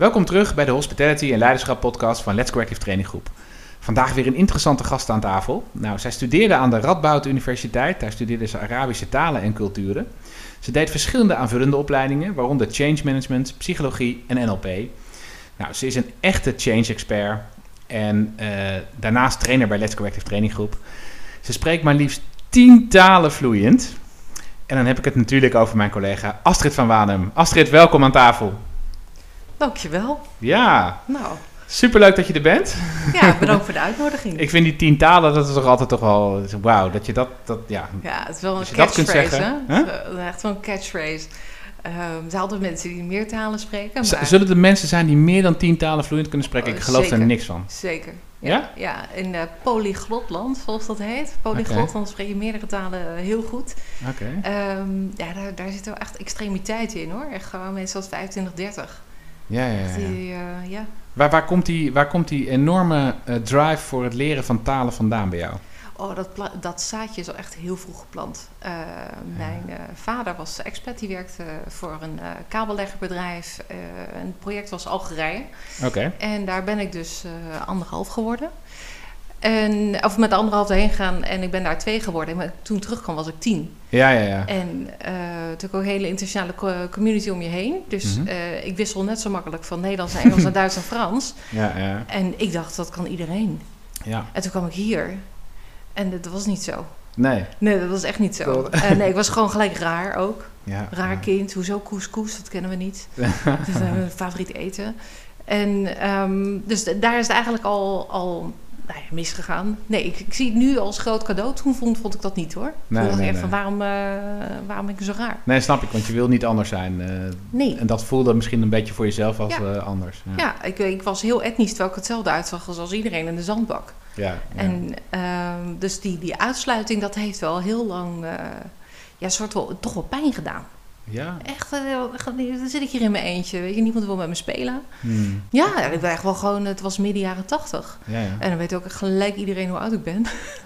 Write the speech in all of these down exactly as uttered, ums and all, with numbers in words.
Welkom terug bij de Hospitality en Leiderschap podcast van Let's Go Active Training Groep. Vandaag weer een interessante gast aan tafel. Nou, zij studeerde aan de Radboud Universiteit. Daar studeerde ze Arabische talen en culturen. Ze deed verschillende aanvullende opleidingen, waaronder change management, psychologie en N L P. Nou, ze is een echte change expert en uh, daarnaast trainer bij Let's Go Active Training Groep. Ze spreekt maar liefst tien talen vloeiend. En dan heb ik het natuurlijk over mijn collega Astrid van Wanum. Astrid, welkom aan tafel. Dankjewel. Ja, nou. Superleuk dat je er bent. Ja, bedankt voor de uitnodiging. Ik vind die tien talen, dat is toch altijd toch wel, wauw, dat je dat, dat ja. Ja, het is wel een catchphrase, hè? Huh? Echt wel een catchphrase. Um, er zijn altijd mensen die meer talen spreken. Maar... Z- zullen er mensen zijn die meer dan tien talen vloeiend kunnen spreken? Ik geloof Zeker. er niks van. Zeker. Ja? Ja, ja in uh, polyglotland, zoals dat heet. Polyglotland okay. spreek je meerdere talen heel goed. Oké. Okay. Um, ja, daar, daar zitten wel echt extremiteiten in, hoor. Echt gewoon mensen als vijfentwintig, dertig. Ja, ja, ja. Die, uh, ja. Waar, waar, komt die, waar komt die enorme uh, drive voor het leren van talen vandaan bij jou? Oh, dat, pla- dat zaadje is al echt heel vroeg geplant. Uh, mijn uh, vader was expat, die werkte voor een uh, kabelleggerbedrijf. Uh, het project was Algerije. Oké. Okay. En daar ben ik dus uh, anderhalf geworden. En, of met anderhalf heen gegaan en ik ben daar twee geworden. Maar toen ik terugkwam was ik tien. Ja, ja, ja. En uh, natuurlijk ook een hele internationale community om je heen. Dus mm-hmm. uh, ik wissel net zo makkelijk van Nederlands naar Engels naar Duits en Frans. Ja, ja. En ik dacht, dat kan iedereen. Ja. En toen kwam ik hier en dat was niet zo. Nee. Nee, dat was echt niet zo. Uh, nee, ik was gewoon gelijk raar ook. Ja, raar ja. kind. Hoezo couscous? Dat kennen we niet. Dat is mijn favoriet eten. En um, dus d- daar is het eigenlijk al... al Nou ja, misgegaan. Nee, ik, ik zie het nu als groot cadeau. Toen vond, vond ik dat niet, hoor. Nee, toen dacht nee, ik echt nee. van, waarom, uh, waarom ben ik zo raar? Nee, snap ik, want je wil niet anders zijn. Uh, nee. En dat voelde misschien een beetje voor jezelf als ja. uh, anders. Ja, ja ik, ik was heel etnisch, terwijl ik hetzelfde uitzag als, als iedereen in de zandbak. Ja, ja. En uh, dus die, die uitsluiting, dat heeft wel heel lang... Uh, ja, soort wel, toch wel pijn gedaan. Ja. Echt, uh, dan zit ik hier in mijn eentje, weet je, niemand wil met me spelen. Hmm. Ja, ik ben echt wel gewoon, het was midden jaren tachtig. Ja, ja. En dan weet ook gelijk iedereen hoe oud ik ben.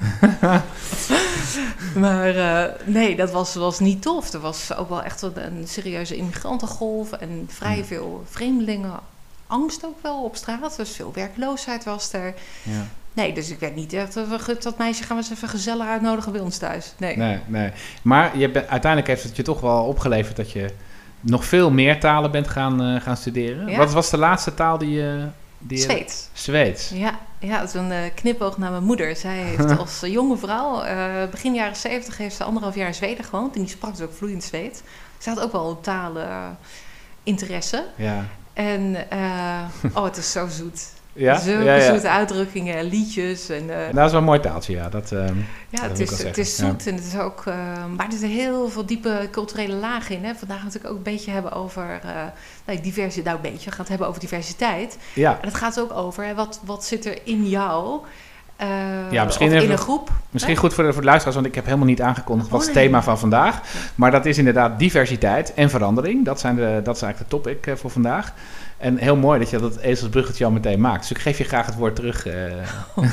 Maar uh, nee, dat was, was niet tof. Er was ook wel echt een, een serieuze immigrantengolf en vrij hmm. veel vreemdelingen. Angst ook wel op straat, dus veel werkloosheid was er. Ja. Nee, dus ik werd niet echt, dat meisje gaan we eens even gezellig uitnodigen bij ons thuis. Nee, nee. nee. Maar je bent, uiteindelijk heeft het je toch wel opgeleverd dat je nog veel meer talen bent gaan, uh, gaan studeren. Ja? Wat was de laatste taal die je... Die Zweeds. Zweeds. Ja, ja, dat is een uh, knipoog naar mijn moeder. Zij heeft als uh, jonge vrouw, uh, begin jaren zeventig, heeft ze anderhalf jaar in Zweden gewoond. En die sprak dus ook vloeiend Zweeds. Ze had ook wel een talen uh, interesse. Ja. En, uh, oh, het is zo zoet. Ja? Zulke ja, ja. zoete uitdrukkingen, liedjes. En, uh, dat is wel een mooi taaltje, ja. Dat, uh, ja, dat het, is, het is zoet ja. en het is ook... Uh, maar er zitten heel veel diepe culturele lagen in. Hè. Vandaag natuurlijk ook een beetje hebben over... Uh, nou, diversi- nou, een beetje. We gaan het hebben over diversiteit. Ja. En het gaat ook over, hè, wat, wat zit er in jou... Uh, ja, misschien of even, in een groep. Misschien hè? goed voor de, voor de luisteraars, want ik heb helemaal niet aangekondigd wat oh, het nee. thema van vandaag. Maar dat is inderdaad diversiteit en verandering. Dat, zijn de, dat is eigenlijk de topic uh, voor vandaag. En heel mooi dat je dat ezelsbruggetje al meteen maakt. Dus ik geef je graag het woord terug. Uh. Oh.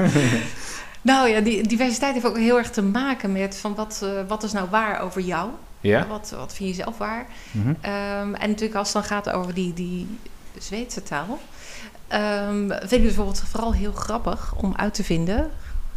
Nou ja, die diversiteit heeft ook heel erg te maken met van wat, uh, wat is nou waar over jou? Ja? Wat, wat vind je zelf waar? Mm-hmm. Um, en natuurlijk als het dan gaat over die, die Zweedse taal... Um, vind ik dus bijvoorbeeld vooral heel grappig om uit te vinden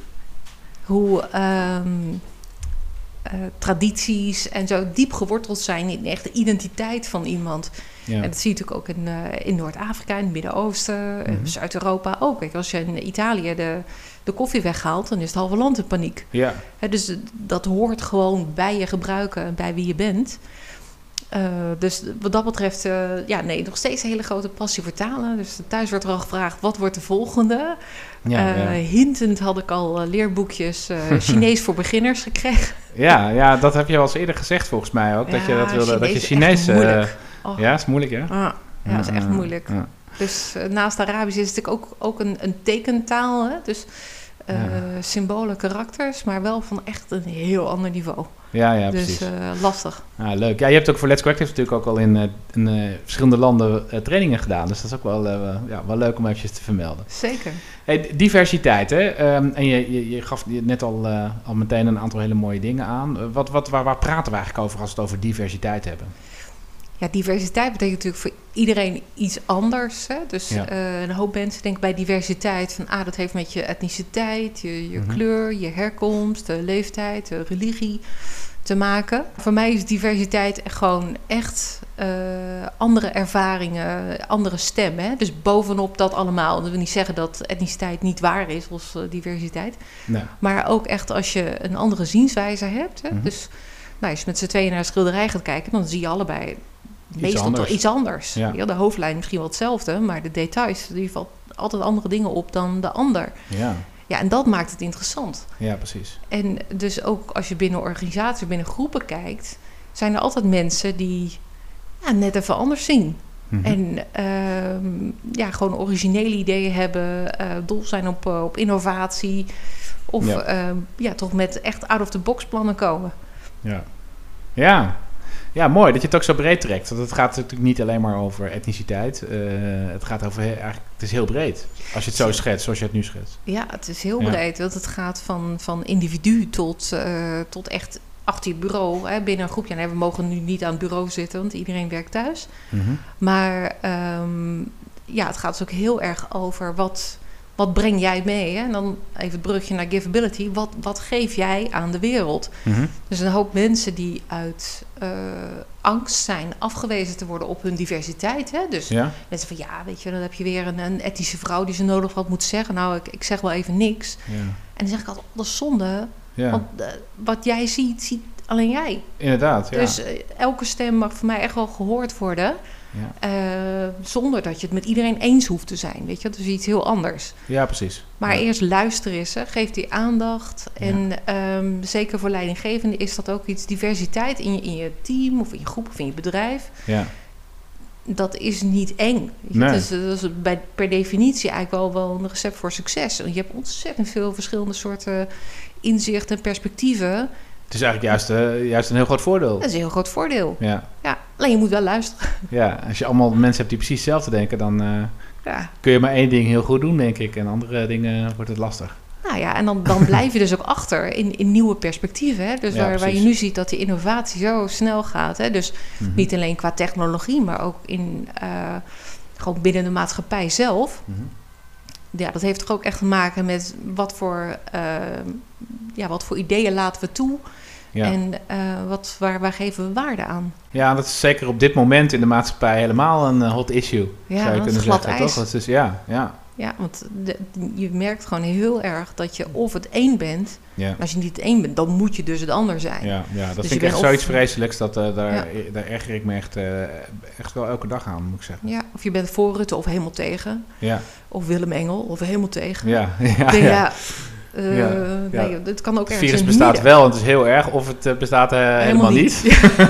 hoe um, uh, tradities en zo diep geworteld zijn in de echte identiteit van iemand. Ja. En dat zie je natuurlijk ook in, uh, in Noord-Afrika, in het Midden-Oosten, mm-hmm. uh, Zuid-Europa ook. Kijk, als je in Italië de, de koffie weghaalt, dan is het halve land in paniek. Ja. He, dus dat hoort gewoon bij je gebruiken en bij wie je bent. Uh, dus wat dat betreft, uh, ja, nee, nog steeds een hele grote passie voor talen. Dus thuis wordt er al gevraagd, wat wordt de volgende? Ja, uh, ja. Hintend had ik al uh, leerboekjes uh, Chinees voor beginners gekregen. Ja, ja, dat heb je al eens eerder gezegd volgens mij ook. Ja, dat je dat wilde, dat je Chinees... Uh, oh. Ja, is moeilijk, hè? Ah, ja, dat is echt moeilijk. Ja. Dus uh, naast Arabisch is het natuurlijk ook, ook een, een tekentaal, hè? Dus uh, ja. symbolen, karakters, maar wel van echt een heel ander niveau. Ja, ja, dus, precies. Dus uh, lastig. Ja, leuk. Ja, je hebt ook voor Let's Go Active natuurlijk ook al in, uh, in uh, verschillende landen uh, trainingen gedaan. Dus dat is ook wel, uh, ja, wel leuk om eventjes te vermelden. Zeker. Hey, diversiteit, hè? Um, en je, je, je gaf net al, uh, al meteen een aantal hele mooie dingen aan. Uh, wat, wat, waar, waar praten we eigenlijk over als we het over diversiteit hebben? Ja, diversiteit betekent natuurlijk voor iedereen iets anders. Hè? Dus Ja. uh, een hoop mensen denken bij diversiteit van... ah, dat heeft met je etniciteit, je, je Mhm. kleur, je herkomst, de leeftijd, de religie te maken. Voor mij is diversiteit gewoon echt uh, andere ervaringen, andere stemmen. Hè? Dus bovenop dat allemaal. Dat wil niet zeggen dat etniciteit niet waar is als uh, diversiteit. Nee. Maar ook echt als je een andere zienswijze hebt. Hè? Mhm. Dus nou, als je met z'n tweeën naar een schilderij gaat kijken... dan zie je allebei meestal anders. toch iets anders. Ja. Ja, de hoofdlijn misschien wel hetzelfde... maar de details, die valt altijd andere dingen op dan de ander. Ja. Ja, en dat maakt het interessant. Ja, precies. En dus ook als je binnen organisaties, binnen groepen kijkt... zijn er altijd mensen die ja, net even anders zien. Mhm. En uh, ja, gewoon originele ideeën hebben... Uh, dol zijn op, uh, op innovatie... of Ja. uh, ja, toch met echt out-of-the-box plannen komen. Ja. Ja. Ja, mooi dat je het ook zo breed trekt. Want het gaat natuurlijk niet alleen maar over etniciteit. Uh, het gaat over... He- eigenlijk, het is heel breed. Als je het zo schetst, zoals je het nu schetst. Ja, het is heel Ja. breed. Want het gaat van, van individu tot, uh, tot echt achter je bureau. Hè, binnen een groepje. Nee, we mogen nu niet aan het bureau zitten, want iedereen werkt thuis. Mm-hmm. Maar um, ja, het gaat dus ook heel erg over wat, wat breng jij mee. Hè? En dan even het brugje naar giveability. Wat, wat geef jij aan de wereld? Mm-hmm. Dus een hoop mensen die uit uh, angst zijn afgewezen te worden op hun diversiteit. Hè? Dus Ja? mensen van ja, weet je, dan heb je weer een, een etnische vrouw die ze nodig wat moet zeggen. Nou, ik, ik zeg wel even niks. Ja. En dan zeg ik altijd, dat is zonde. Ja. Want uh, wat jij ziet, ziet alleen jij. Inderdaad, ja. Dus uh, elke stem mag voor mij echt wel gehoord worden. Ja. Uh, zonder dat je het met iedereen eens hoeft te zijn. Weet je, dat is iets heel anders. Ja, precies. Maar Ja. eerst luisteren is, hè. Geef die aandacht. En um, zeker voor leidinggevenden is dat ook iets. Diversiteit in je, in je team of in je groep of in je bedrijf. Ja. Dat is niet eng. Nee. Dus, dat is bij, per definitie eigenlijk wel, wel een recept voor succes. Want je hebt ontzettend veel verschillende soorten inzichten en perspectieven. Het is eigenlijk juist, uh, juist een heel groot voordeel. Dat is een heel groot voordeel. Ja. Ja, alleen je moet wel luisteren. Ja, als je allemaal mensen hebt die precies hetzelfde denken, dan uh, Ja. kun je maar één ding heel goed doen, denk ik. En andere dingen wordt het lastig. Nou ja, en dan, dan blijf je dus ook achter in, in nieuwe perspectieven. Hè? Dus Ja, waar, waar je precies. nu ziet dat die innovatie zo snel gaat. Hè? Dus Mm-hmm. niet alleen qua technologie, maar ook in, uh, gewoon binnen de maatschappij zelf. Mm-hmm. Ja, dat heeft toch ook echt te maken met wat voor, uh, ja, wat voor ideeën laten we toe. Ja. En uh, wat, waar, waar geven we waarde aan? Ja, dat is zeker op dit moment in de maatschappij helemaal een uh, hot issue. Ja, zou je dat is kunnen glad zeggen, ijs. toch? Dat is, ja, ja, Ja, want de, je merkt gewoon heel erg dat je of het een bent. ja. Als je niet het een bent, dan moet je dus het ander zijn. Ja, ja, dat Dus je vind ik bent echt of- zoiets vreselijks. Dat, uh, daar, Ja. daar erger ik me echt, uh, echt wel elke dag aan, moet ik zeggen. Ja, of je bent voor Rutte of helemaal tegen. Ja, Of Willem Engel of helemaal tegen. ja, ja. Ik denk, ja. ja, uh, Ja, nee, ja. het kan ook Het ergens virus in bestaat midden. wel en het is heel erg, of het uh, bestaat uh, helemaal, niet.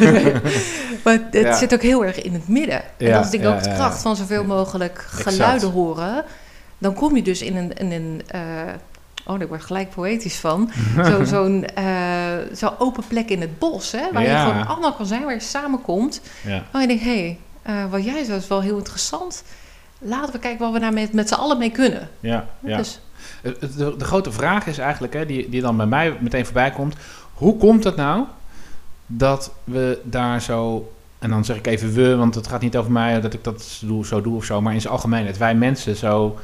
Maar het Ja. zit ook heel erg in het midden. En Ja, dat is denk ik ja, ook de ja, kracht ja. van zoveel mogelijk Exact. geluiden horen. Dan kom je dus in een... In een uh, oh, daar word ik gelijk poëtisch van. Zo, zo'n uh, zo open plek in het bos, hè, waar Ja. je gewoon allemaal kan zijn, waar je samenkomt. Ja. Waar je denkt, hé, hey, uh, wat jij zei is wel heel interessant. Laten we kijken wat we daar met, met z'n allen mee kunnen. Ja, ja. Dus, De, de, de grote vraag is eigenlijk, hè, die, die dan bij mij meteen voorbij komt. Hoe komt het nou dat we daar zo... En dan zeg ik even we, want het gaat niet over mij dat ik dat doe, zo doe of zo. Maar in zijn algemeenheid, wij mensen zo,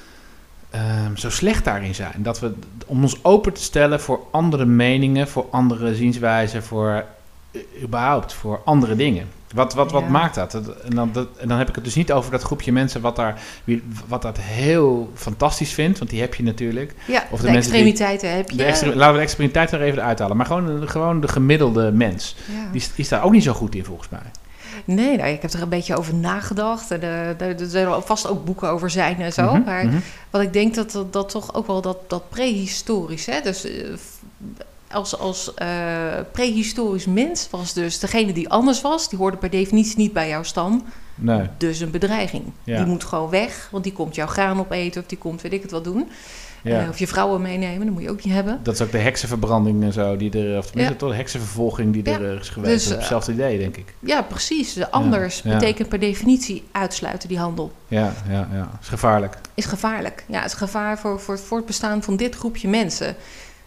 um, zo slecht daarin zijn. Dat we, om ons open te stellen voor andere meningen, voor andere zienswijzen, voor uh, überhaupt, voor andere dingen. Wat, wat, wat Ja. maakt dat? Dat- En dan, dat? En dan heb ik het dus niet over dat groepje mensen wat, daar, wie, wat dat heel fantastisch vindt. Want die heb je natuurlijk. ja, Of de de, mensen die- extremiteiten heb je. De extre- laten we de extremiteit er even uithalen. Maar gewoon, de- gewoon de gemiddelde mens. Ja. Die, is- die is daar ook niet zo goed in, volgens mij. Nee, nou, ik heb er een beetje over nagedacht. En, uh, er, er zullen vast ook boeken over zijn en zo. Mhm, Maar mhm. wat ik denk dat dat, dat toch ook wel dat, dat prehistorisch... Hè? Dus uh, als, als uh, prehistorisch mens was dus degene die anders was... die hoorde per definitie niet bij jouw stam. Nee. Dus een bedreiging. Ja. Die moet gewoon weg, want die komt jouw graan opeten... of die komt weet ik het wat doen. Ja. Uh, of je vrouwen meenemen, dat moet je ook niet hebben. Dat is ook de heksenverbranding en zo. Die er, of tenminste Ja. toch de heksenvervolging die Ja. er is geweest. Dus, Dat is hetzelfde idee, denk ik. Ja, precies. De anders Ja, ja. betekent per definitie uitsluiten die handel. Ja, ja, ja. Dat is gevaarlijk. Is gevaarlijk. Ja, het is gevaar voor, voor het voortbestaan van dit groepje mensen.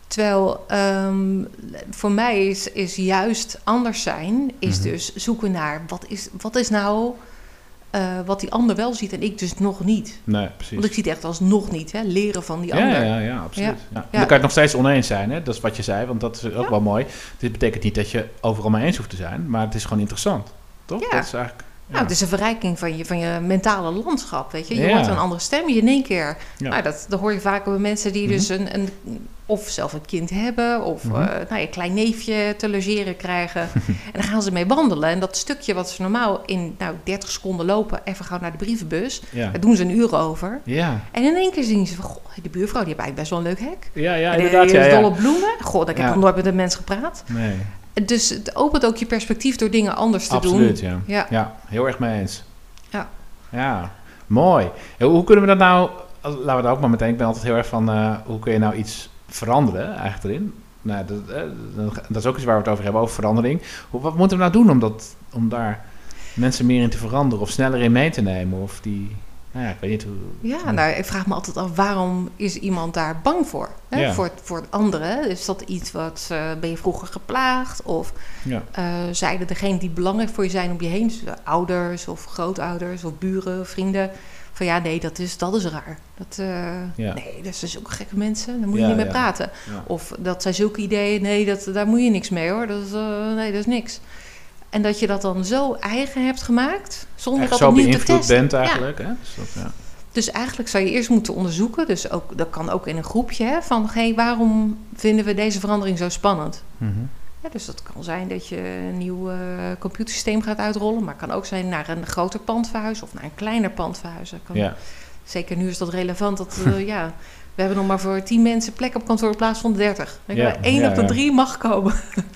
Terwijl um, voor mij is, is juist anders zijn, is Mhm. dus zoeken naar wat is, wat is nou uh, wat die ander wel ziet en ik dus nog niet. Nee, precies. Want ik zie het echt als nog niet, hè? Leren van die Ja, ander. ja, ja, absoluut. Ja. Ja. Dan kan je het nog steeds oneens zijn, hè? Dat is wat je zei, want dat is ook Ja. wel mooi. Dit betekent niet dat je overal mee eens hoeft te zijn, maar het is gewoon interessant, toch? Ja. Dat is eigenlijk... Ja. Nou, het is een verrijking van je, van je mentale landschap, weet je. Je Ja. hoort een andere stem in één keer. Ja. Nou, dat, dat hoor je vaak bij mensen die Mhm. dus een, een... of zelf een kind hebben, of Mhm. uh, nou, ja, een klein neefje te logeren krijgen. En dan gaan ze mee wandelen. En dat stukje wat ze normaal in nou, dertig seconden lopen, even gauw naar de brievenbus. Ja. Daar doen ze een uur over. Ja. En in één keer zien ze van, goh, die buurvrouw die heeft eigenlijk best wel een leuk hek. Ja, ja, En die inderdaad. Ja, is ja. dol op bloemen. Goh, ik heb Ja. nog nooit met een mens gepraat. Nee, Dus het opent ook je perspectief door dingen anders te absoluut, doen. ja. Ja. Ja, heel erg mee eens. Ja. Ja, mooi. Hoe hoe kunnen we dat nou... Laten we dat ook maar meteen... Ik ben altijd heel erg van... Uh, hoe kun je nou iets veranderen eigenlijk erin? Nou, dat, uh, dat is ook iets waar we het over hebben, over verandering. Hoe, wat moeten we nou doen om, dat, om daar mensen meer in te veranderen... of sneller in mee te nemen? Of die... Nou ja, ik weet niet hoe... Ja, nou, ik vraag me altijd af, waarom is iemand daar bang voor? Hè? Ja. Voor, het, voor het andere. Is dat iets wat, uh, ben je vroeger geplaagd? Of Ja. uh, zeiden degenen die belangrijk voor je zijn om je heen, dus, uh, ouders of grootouders of buren of vrienden, van ja, nee, dat is, dat is raar. Dat, uh, Ja. Nee, dat zijn zulke gekke mensen, daar moet je Ja, niet mee ja. praten. Ja. Of dat zijn zulke ideeën, nee, dat, daar moet je niks mee hoor. Dat is, uh, nee, dat is niks. En dat je dat dan zo eigen hebt gemaakt, zonder Echt dat zo opnieuw te beïnvloed testen. bent Ja. eigenlijk. Hè? Dus dat, ja. Dus eigenlijk zou je eerst moeten onderzoeken, dus ook, dat kan ook in een groepje, hè, van hey, waarom vinden we deze verandering zo spannend? Mhm. Ja, dus dat kan zijn dat je een nieuw uh, computersysteem gaat uitrollen, maar het kan ook zijn naar een groter pand verhuizen of naar een kleiner pand verhuizen. Kan, Ja. Zeker nu is dat relevant, dat uh, ja, we hebben nog maar voor tien mensen plek op kantoor in plaats van dertig. Ja, Eén ja, op de ja. drie mag komen.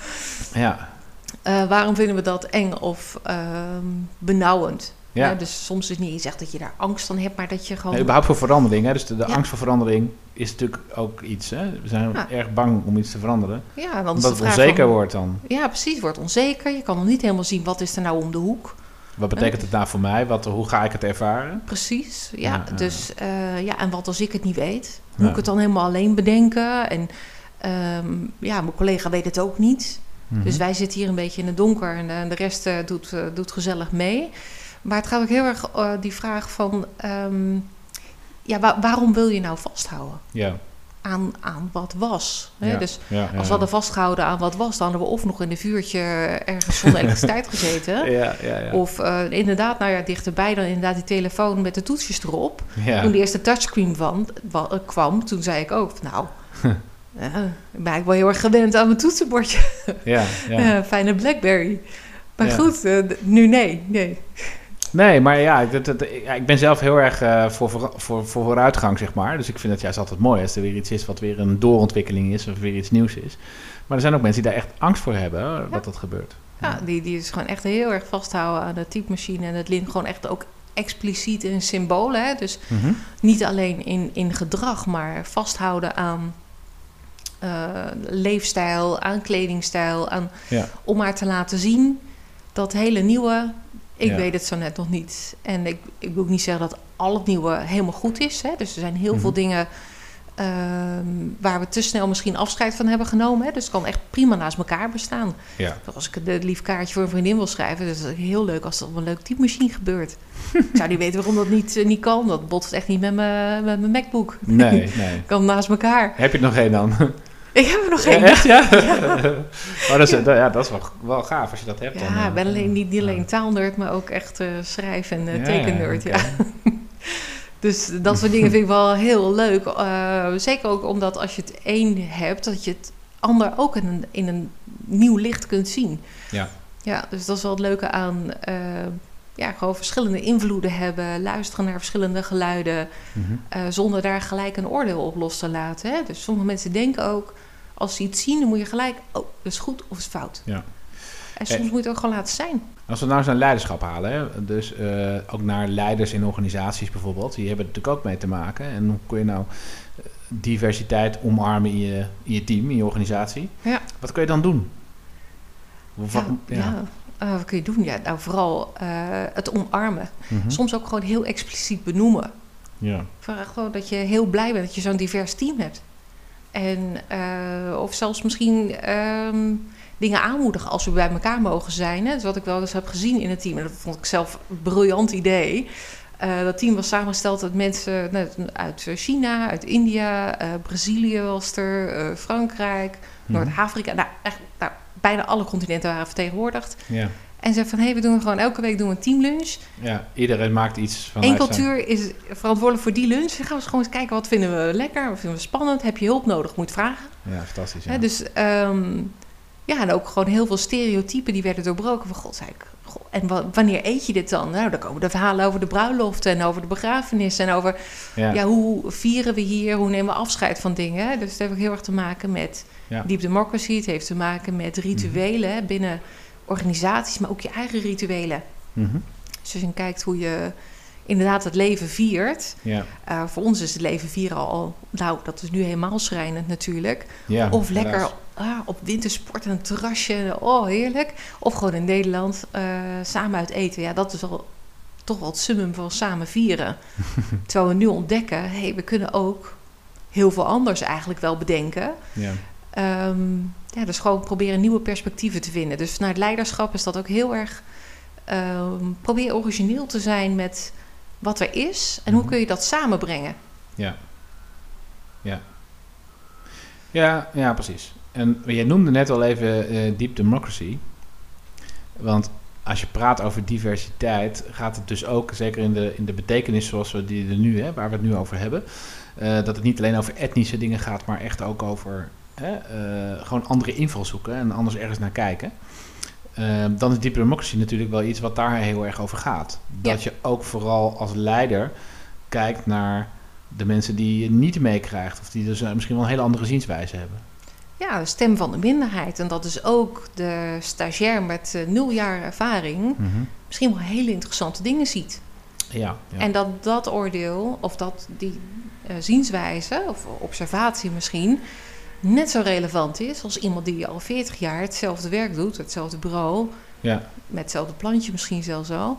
Ja. Uh, waarom vinden we dat eng of uh, benauwend? Ja. Ja, dus soms is het niet eens echt dat je daar angst van hebt, maar dat je gewoon... Nee, überhaupt voor verandering. Hè? Dus de, de Ja. angst voor verandering is natuurlijk ook iets. Hè? We zijn Ja. erg bang om iets te veranderen. Ja, dan is Omdat de het vraag onzeker van- wordt dan. Ja, precies. Het wordt onzeker. Je kan nog niet helemaal zien wat is er nou om de hoek. Wat betekent het nou voor mij? Wat, hoe ga ik het ervaren? Precies. Ja, Ja, ja. dus uh, ja, en wat als ik het niet weet? Moet Ja. ik het dan helemaal alleen bedenken? En um, ja, mijn collega weet het ook niet. Mhm. Dus wij zitten hier een beetje in het donker en uh, de rest uh, doet, uh, doet gezellig mee. Maar het gaat ook heel erg uh, die vraag van... Um, ja, wa- waarom wil je nou vasthouden Ja. aan, aan wat was? Hè? Ja. Dus Ja, ja, als we ja. hadden vastgehouden aan wat was... dan hadden we of nog in een vuurtje ergens zonder elektriciteit gezeten... Ja, ja, ja. Of uh, inderdaad, nou ja, dichterbij dan inderdaad die telefoon met de toetsjes erop. ja. Toen de eerste touchscreen van, wa, uh, kwam, toen zei ik ook... Nou, uh, ik ben eigenlijk wel heel erg gewend aan mijn toetsenbordje. ja, ja. Uh, fijne Blackberry. Maar Ja. goed, uh, d- nu nee, nee. Nee, maar ja, dat, dat, ja, ik ben zelf heel erg uh, voor, voor, voor, voor vooruitgang, zeg maar. Dus ik vind het juist altijd mooi als er weer iets is wat weer een doorontwikkeling is of weer iets nieuws is. Maar er zijn ook mensen die daar echt angst voor hebben, hoor, dat dat gebeurt. Ja, die, die is gewoon echt heel erg vasthouden aan de typemachine en het lint. Gewoon echt ook expliciet in symbolen. Hè? Dus Mhm. niet alleen in, in gedrag, maar vasthouden aan uh, leefstijl, aan kledingstijl, aan, Ja. om maar te laten zien dat hele nieuwe, ik Ja. weet het zo net nog niet. En ik, ik wil ook niet zeggen dat al het nieuwe helemaal goed is. Hè? Dus er zijn heel Mhm. veel dingen um, waar we te snel misschien afscheid van hebben genomen. Hè? Dus het kan echt prima naast elkaar bestaan. Ja. Als ik een lief kaartje voor een vriendin wil schrijven, dan is het heel leuk als dat op een leuk typemachine gebeurt. Ik zou niet weten waarom dat niet, uh, niet kan. Dat botst echt niet met mijn met mijn MacBook. Nee, nee. Kan naast elkaar. Heb je er nog één dan? Ik heb er nog geen. Ja, echt, ja? Maar dat is, ja. ja, dat is wel, wel gaaf als je dat hebt. Ja, dan, uh, ik ben alleen, niet, niet alleen ja. taalnerd, maar ook echt uh, schrijf- en uh, Ja, tekennerd. oké. Ja. Dus dat soort dingen vind ik wel heel leuk. Uh, zeker ook omdat als je het één hebt, dat je het ander ook in een, in een nieuw licht kunt zien. Ja. Ja, dus dat is wel het leuke aan uh, ja, gewoon verschillende invloeden hebben, luisteren naar verschillende geluiden, Mhm. uh, zonder daar gelijk een oordeel op los te laten. Hè? Dus sommige mensen denken ook, als ze iets zien, dan moet je gelijk, oh, dat is goed of is fout. Ja. En soms Eh. moet je het ook gewoon laten zijn. Als we nou eens naar leiderschap halen, hè? Dus uh, ook naar leiders in organisaties bijvoorbeeld, die hebben er natuurlijk ook mee te maken. En hoe kun je nou uh, diversiteit omarmen in je, in je team, in je organisatie? Ja. Wat kun je dan doen? Wat, ja, ja. ja. Uh, wat kun je doen? Ja, nou, vooral uh, het omarmen. Mm-hmm. Soms ook gewoon heel expliciet benoemen. Ja. Vraag gewoon dat je heel blij bent dat je zo'n divers team hebt. En, uh, of zelfs misschien um, dingen aanmoedigen als we bij elkaar mogen zijn. Hè? Dus wat ik wel eens heb gezien in het team. En dat vond ik zelf een briljant idee. Uh, dat team was samengesteld uit mensen nou, uit China, uit India, uh, Brazilië was er, uh, Frankrijk, mm-hmm. Noord-Afrika. Nou, echt, nou, bijna alle continenten waren vertegenwoordigd. Ja. En ze van, hé, hey, we doen gewoon elke week doen we een teamlunch. Ja, iedereen maakt iets van. Eén cultuur is verantwoordelijk voor die lunch. Dan gaan we eens gewoon eens kijken, wat vinden we lekker, wat vinden we spannend. Heb je hulp nodig, moet vragen. Ja, fantastisch. Ja. He, dus um, ja, en ook gewoon heel veel stereotypen die werden doorbroken. Van, god, zei ik, god, en w- wanneer eet je dit dan? Nou, dan komen de verhalen over de bruiloft en over de begrafenis. En over, ja. Ja, hoe vieren we hier, hoe nemen we afscheid van dingen. Dus het heeft ook heel erg te maken met ja. deep democracy. Het heeft te maken met rituelen mm-hmm. binnen organisaties, maar ook je eigen rituelen. Mm-hmm. Dus als je kijkt hoe je inderdaad het leven viert. Ja. Uh, voor ons is het leven vieren al, nou, dat is nu helemaal schrijnend natuurlijk. Ja, of lekker ah, op wintersport en een terrasje, oh heerlijk. Of gewoon in Nederland uh, samen uit eten. Ja, dat is al toch wel het summum van samen vieren. Terwijl we nu ontdekken, hé, hey, we kunnen ook heel veel anders eigenlijk wel bedenken. Ja. Um, ja, dus gewoon proberen nieuwe perspectieven te vinden. Dus vanuit leiderschap is dat ook heel erg um, probeer origineel te zijn met wat er is en mm-hmm. hoe kun je dat samenbrengen. Ja, ja, ja, ja, precies. En jij noemde net al even uh, deep democracy, want als je praat over diversiteit, gaat het dus ook, zeker in de, in de betekenis zoals we die er nu, hè, waar we het nu over hebben, uh, dat het niet alleen over etnische dingen gaat, maar echt ook over Hè, uh, gewoon andere invalshoeken en anders ergens naar kijken. Uh, dan is deep democracy natuurlijk wel iets wat daar heel erg over gaat. Dat ja. je ook vooral als leider kijkt naar de mensen die je niet meekrijgt. Of die dus uh, misschien wel een hele andere zienswijze hebben. Ja, de stem van de minderheid. En dat is ook de stagiair met uh, nul jaar ervaring mm-hmm. misschien wel hele interessante dingen ziet. Ja, ja. En dat dat oordeel of dat die uh, zienswijze of observatie misschien net zo relevant is als iemand die al veertig jaar hetzelfde werk doet, hetzelfde bureau, ja. met hetzelfde plantje misschien zelfs al.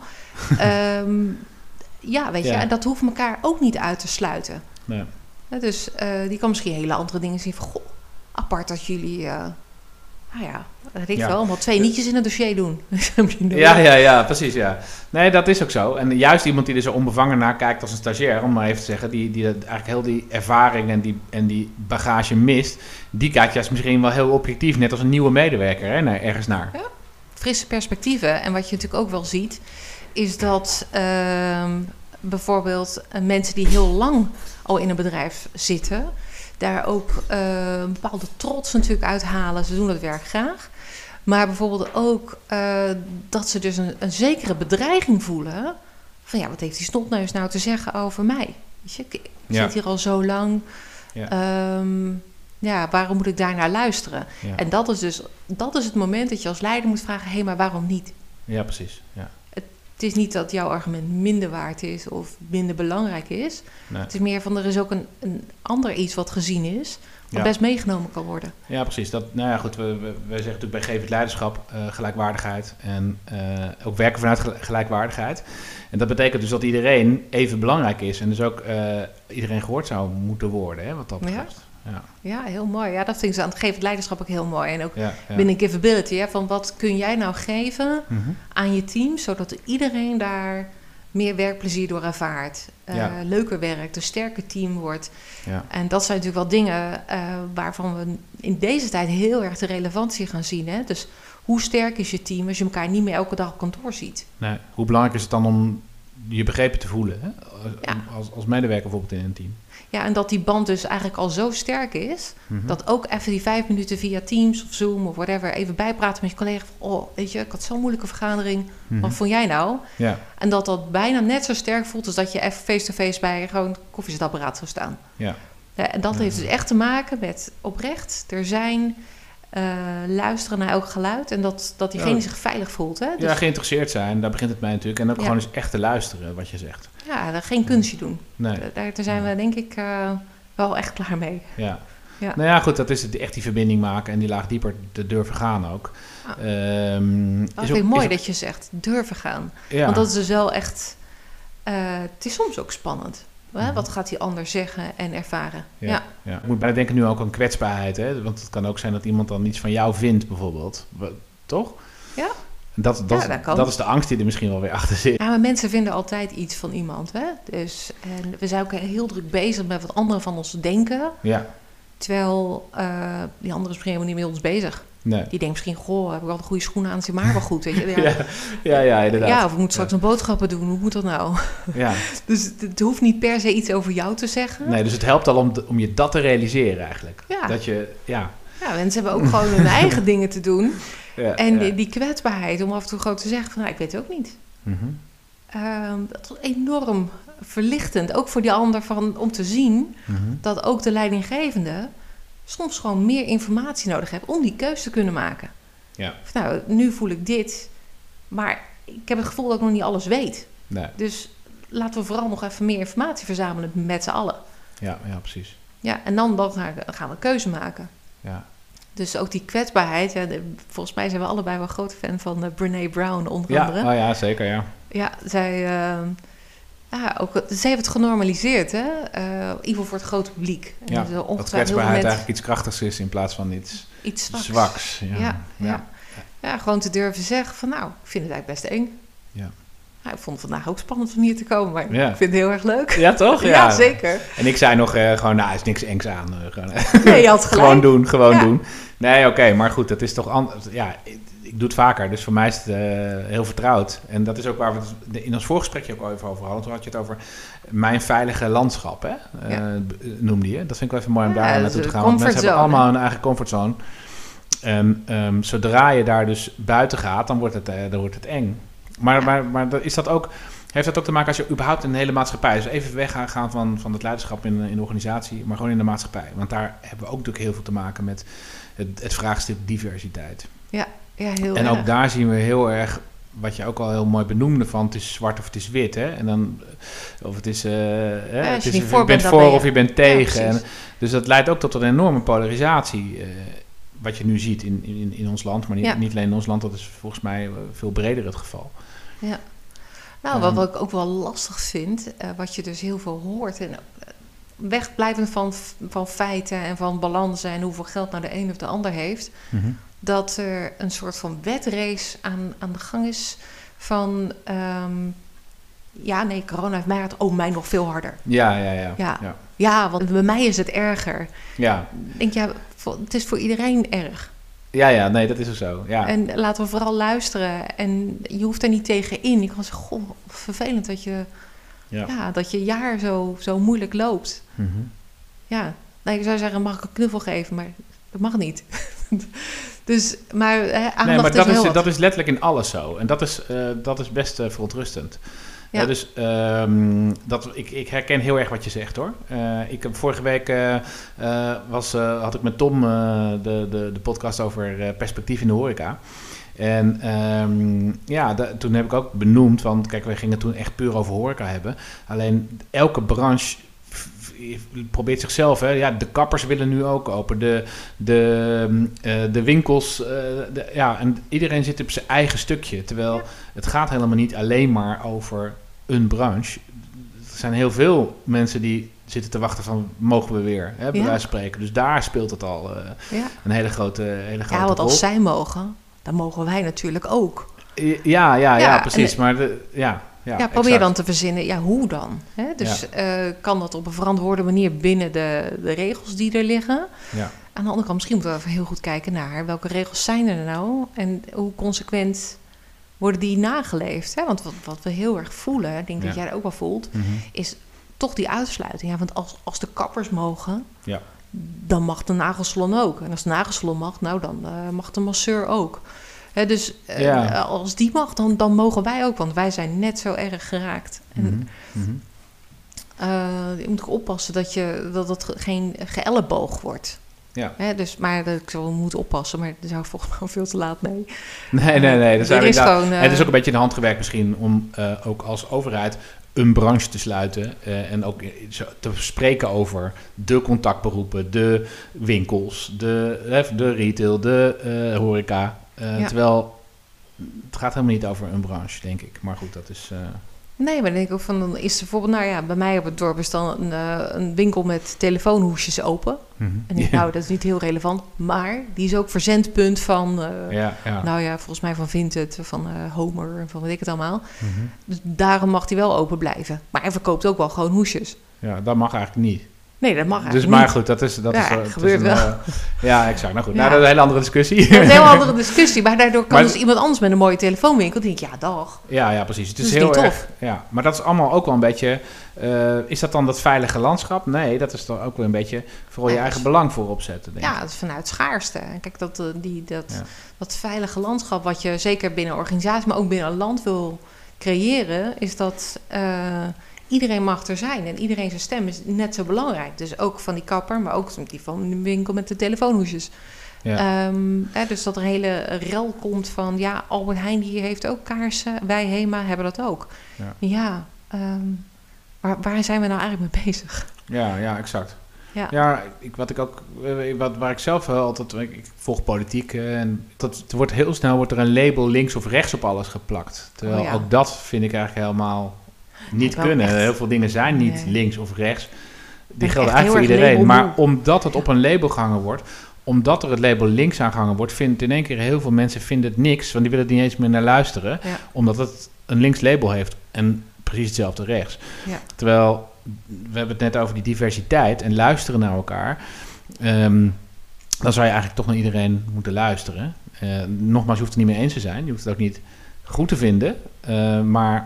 um, ja, weet ja. je, en dat hoeft elkaar ook niet uit te sluiten. Nee. Ja, dus uh, die kan misschien hele andere dingen zien van, goh, apart dat jullie, uh, nou ja, dat weet ik ja. wel, maar twee nietjes in het dossier doen. ja, ja, ja, precies, ja. Nee, dat is ook zo. En juist iemand die er zo onbevangen naar kijkt als een stagiair, om maar even te zeggen, die, die eigenlijk heel die ervaring en die, en die bagage mist, die kijkt juist misschien wel heel objectief, net als een nieuwe medewerker, hè, naar, ergens naar. Ja, frisse perspectieven. En wat je natuurlijk ook wel ziet, is dat uh, bijvoorbeeld uh, mensen die heel lang al in een bedrijf zitten, daar ook uh, een bepaalde trots natuurlijk uithalen. Ze doen het werk graag. Maar bijvoorbeeld ook uh, dat ze dus een, een zekere bedreiging voelen. Van ja, wat heeft die snotneus nou te zeggen over mij? Weet je, ik ja. zit hier al zo lang. Ja. Um, ja, waarom moet ik daar naar luisteren? Ja. En dat is dus dat is het moment dat je als leider moet vragen, hé, hey, maar waarom niet? Ja, precies. Ja. Het is niet dat jouw argument minder waard is of minder belangrijk is. Nee. Het is meer van, er is ook een, een ander iets wat gezien is, wat ja. best meegenomen kan worden. Ja, precies. Dat, nou ja, goed, we, we, we zeggen natuurlijk bij Geef het Leiderschap uh, gelijkwaardigheid en uh, ook werken vanuit gelijkwaardigheid. En dat betekent dus dat iedereen even belangrijk is en dus ook uh, iedereen gehoord zou moeten worden, hè, wat dat betreft. Ja. Ja. ja, heel mooi. Ja, dat vind ik aan het Geef het Leiderschap ook heel mooi. En ook ja, ja. binnen Giveability, hè, van wat kun jij nou geven mm-hmm. aan je team, zodat iedereen daar meer werkplezier door ervaart, uh, ja. leuker werkt, een sterker team wordt. Ja. En dat zijn natuurlijk wel dingen uh, waarvan we in deze tijd heel erg de relevantie gaan zien. Hè? Dus hoe sterk is je team als je elkaar niet meer elke dag op kantoor ziet? Nee, hoe belangrijk is het dan om je begrepen te voelen, hè? Ja. Als, als medewerker bijvoorbeeld in een team? Ja, en dat die band dus eigenlijk al zo sterk is, mm-hmm. dat ook even die vijf minuten via Teams of Zoom of whatever even bijpraten met je collega van, oh, weet je, ik had zo'n moeilijke vergadering, mm-hmm. wat vond jij nou? Ja. En dat dat bijna net zo sterk voelt als dat je even face-to-face bij gewoon koffiezetapparaat zou staan. Ja. Ja, en dat ja. heeft dus echt te maken met oprecht er zijn, uh, luisteren naar elk geluid en dat, dat diegene ja. zich veilig voelt. Hè? Dus, ja, geïnteresseerd zijn, daar begint het mij natuurlijk. En ook ja. gewoon eens echt te luisteren wat je zegt. Ja, geen kunstje doen. Nee. Daar, daar zijn we denk ik uh, wel echt klaar mee. Ja. Ja. Nou ja, goed, dat is het, echt die verbinding maken en die laag dieper te durven gaan ook. Ah. Um, dat vind ik mooi ook dat je zegt, durven gaan. Ja. Want dat is dus wel echt, uh, het is soms ook spannend. Hè? Wat gaat die ander zeggen en ervaren? Ja, ja. ja. Ik moet bijna denken nu ook aan kwetsbaarheid. Hè? Want het kan ook zijn dat iemand dan iets van jou vindt, bijvoorbeeld. Toch? Ja. Dat, dat, ja, dat, kan. dat is de angst die er misschien wel weer achter zit. Ja, maar mensen vinden altijd iets van iemand. Hè? Dus, en we zijn ook heel druk bezig met wat anderen van ons denken. Ja. Terwijl uh, die anderen misschien helemaal niet met ons bezig. Nee. Die denkt misschien, goh, heb ik al een goede schoenen aan, zit maar wel goed. Weet je? Ja, ja, ja, ja, inderdaad. Ja, of ik moet straks ja. een boodschappen doen, hoe moet dat nou? Ja. Dus het, het hoeft niet per se iets over jou te zeggen. Nee, dus het helpt al om, om je dat te realiseren eigenlijk. Ja. Dat je, ja. Ja, mensen hebben ook gewoon hun eigen dingen te doen. Ja, en ja. Die, die kwetsbaarheid om af en toe gewoon te zeggen van, nou, ik weet het ook niet. Mm-hmm. Uh, dat is enorm verlichtend, ook voor die ander, van, om te zien Mm-hmm. dat ook de leidinggevende soms gewoon meer informatie nodig heeft om die keuze te kunnen maken. Ja. Of, nou, nu voel ik dit, maar ik heb het gevoel dat ik nog niet alles weet. Nee. Dus laten we vooral nog even meer informatie verzamelen met z'n allen. Ja, ja, precies. Ja, en dan, dan gaan we keuze maken. Ja. Dus ook die kwetsbaarheid. Ja, de, volgens mij zijn we allebei wel grote fan van uh, Brené Brown, onder ja, andere. Oh ja, zeker, ja. Ja, zij, uh, ja, ook, zij heeft het genormaliseerd, hè? Uh, in ieder geval voor het grote publiek. En Ja, dat dat kwetsbaarheid eigenlijk iets krachtigs is in plaats van iets, iets zwaks. zwaks. Ja. Ja, ja. Ja. Ja. ja, gewoon te durven zeggen van, nou, ik vind het eigenlijk best eng. Ja. Nou, ik vond het vandaag ook spannend om hier te komen, maar ja. ik vind het heel erg leuk. Ja, toch? Ja, ja zeker. En ik zei nog uh, gewoon, nou, er is niks engs aan. Uh, gewoon, nee, je had gelijk. gewoon doen, gewoon ja. doen. Nee, oké, okay, maar goed, dat is toch anders. Ja, ik, ik doe het vaker, dus voor mij is het uh, heel vertrouwd. En dat is ook waar we het in ons voorgesprekje ook even over hadden. Toen had je het over mijn veilige landschap, hè? Uh, ja. noemde je. Dat vind ik wel even mooi om ja, daar naartoe te gaan. Want mensen hebben allemaal hun eigen comfortzone. En um, zodra je daar dus buiten gaat, dan wordt het, uh, dan wordt het eng. Maar, ja. maar, maar is dat ook, heeft dat ook te maken als je überhaupt in een hele maatschappij... Dus even weggaan van, van het leiderschap in, in de organisatie, maar gewoon in de maatschappij. Want daar hebben we ook natuurlijk heel veel te maken met het, het vraagstuk diversiteit. Ja, ja heel En erg. ook daar zien we heel erg, wat je ook al heel mooi benoemde, van het is zwart of het is wit. Hè? En dan, of het is, uh, hè, ja, het is je, je bent, bent voor ben je. Of je bent tegen. Ja, en, dus dat leidt ook tot een enorme polarisatie... Uh, wat je nu ziet in, in, in ons land, maar niet, ja. niet alleen in ons land, dat is volgens mij veel breder het geval. Ja. Nou, wat, wat ik ook wel lastig vind, uh, wat je dus heel veel hoort, en wegblijvend van, van feiten en van balansen en hoeveel geld nou de een of de ander heeft, mm-hmm. dat er een soort van wedrace aan, aan de gang is van, um, ja, nee, corona heeft mij het, oh, mij nog veel harder. Ja, ja, ja. Ja, ja. ja want bij mij is het erger. Ja. Ik denk, ja, het is voor iedereen erg. Ja, ja, nee, dat is ook zo. Ja. En laten we vooral luisteren. En je hoeft er niet tegen in. Ik kan zeggen, goh, vervelend dat je, ja. Ja, dat je jaar zo, zo moeilijk loopt. Mm-hmm. Ja, nou, ik zou zeggen, mag ik een knuffel geven? Maar dat mag niet. Dus, maar hè, aandacht nee, maar is dat heel is, wat. dat is letterlijk in alles zo. En dat is, uh, dat is best uh, verontrustend. Ja. Uh, dus um, dat, ik, ik herken heel erg wat je zegt, hoor. Uh, ik heb vorige week uh, uh, was, uh, had ik met Tom uh, de, de, de podcast over uh, perspectief in de horeca. En um, ja, da, toen heb ik ook benoemd, want kijk, wij gingen toen echt puur over horeca hebben. Alleen elke branche probeert zichzelf, hè. Ja, de kappers willen nu ook open, de, de, uh, de winkels, uh, de, ja, en iedereen zit op zijn eigen stukje. Terwijl ja. het gaat helemaal niet alleen maar over een branche. Er zijn heel veel mensen die zitten te wachten van, mogen we weer, hè, bij ja. wijze van spreken. Dus daar speelt het al uh, ja. een hele grote, hele grote ja, want rol. als zij mogen, dan mogen wij natuurlijk ook. Ja, ja, ja, ja precies. En, maar de, ja... Ja, ja, probeer exact. dan te verzinnen, ja, hoe dan? Hè? Dus ja. uh, kan dat op een verantwoorde manier binnen de, de regels die er liggen? Ja. Aan de andere kant, misschien moeten we even heel goed kijken naar welke regels zijn er nou en hoe consequent worden die nageleefd? Hè? Want wat, wat we heel erg voelen, ik denk ja. dat jij dat ook wel voelt, mm-hmm. is toch die uitsluiting. Ja, want als, als de kappers mogen, ja. dan mag de nagelsalon ook. En als de nagelsalon mag, nou dan uh, mag de masseur ook. He, dus uh, ja. als die mag, dan, dan mogen wij ook. Want wij zijn net zo erg geraakt. En, mm-hmm. Mm-hmm. Uh, je moet ook oppassen dat, je, dat het geen geëlleboog wordt. Ja. He, dus, maar ik zou moeten oppassen. Maar daar zou ik volgens mij al veel te laat mee. Nee, nee, nee. Dat uh, is gewoon, uh, het is ook een beetje in de hand gewerkt misschien... om uh, ook als overheid een branche te sluiten... Uh, en ook te spreken over de contactberoepen... de winkels, de, de retail, de uh, horeca... Uh, ja. Terwijl het gaat helemaal niet over een branche, denk ik. Maar goed, dat is... Uh... Nee, maar dan denk ik ook van, dan is er bijvoorbeeld, nou ja, bij mij op het dorp is dan een, uh, een winkel met telefoonhoesjes open. Mm-hmm. En ik, Ja. nou, dat is niet heel relevant, maar die is ook verzendpunt van, uh, Ja, ja. nou ja, volgens mij van Vinted, van uh, Homer en van weet ik het allemaal. Mm-hmm. Dus daarom mag die wel open blijven. Maar hij verkoopt ook wel gewoon hoesjes. Ja, dat mag eigenlijk niet. Nee, dat mag Dus eigenlijk maar niet. goed, dat is... Dat Ja, is, uh, het het gebeurt is een, wel. uh, ja, exact. Nou goed, Ja. nou, dat is een hele andere discussie. Dat is een heel andere discussie, maar daardoor kan Maar- dus iemand anders met een mooie telefoonwinkel denk ik, ja, dag. Ja, ja, precies. Het is, Dat is heel niet erg. tof. Ja, maar dat is allemaal ook wel een beetje. Uh, is dat dan dat veilige landschap? Nee, dat is toch ook wel een beetje vooral je Ja, eigen dus- belang voorop zetten. Denk Ja, ik. dat is vanuit schaarste. En kijk, dat, uh, die, dat, Ja. dat veilige landschap wat je zeker binnen een organisatie, maar ook binnen een land wil creëren, is dat uh, iedereen mag er zijn. En iedereen zijn stem is net zo belangrijk. Dus ook van die kapper, maar ook die van de winkel met de telefoonhoesjes. Ja. Um, hè, dus dat er een hele rel komt van, ja, Albert Heijn die heeft ook kaarsen, wij Hema hebben dat ook. Ja. Ja, um, waar, waar zijn we nou eigenlijk mee bezig? Ja, ja, exact. Ja. Ja, ik, wat ik ook, eh, wat, waar ik zelf wel altijd, ik, ik volg politiek eh, en dat er wordt heel snel wordt er een label links of rechts op alles geplakt. Terwijl Oh ja. ook dat vind ik eigenlijk helemaal niet Wel kunnen. echt. Heel veel dingen zijn niet Nee. links of rechts. Die ben gelden echt eigenlijk voor heel erg iedereen. Maar labelmoe. omdat het op een label gehangen wordt, omdat er het label links aangehangen wordt, vindt in één keer heel veel mensen vinden het niks, want die willen er niet eens meer naar luisteren, Ja. omdat het een links label heeft en precies hetzelfde rechts. Ja. Terwijl, we hebben het net over die diversiteit en luisteren naar elkaar. Um, dan zou je eigenlijk toch naar iedereen moeten luisteren. Uh, nogmaals, je hoeft het niet mee eens te zijn. Je hoeft het ook niet goed te vinden. Uh, maar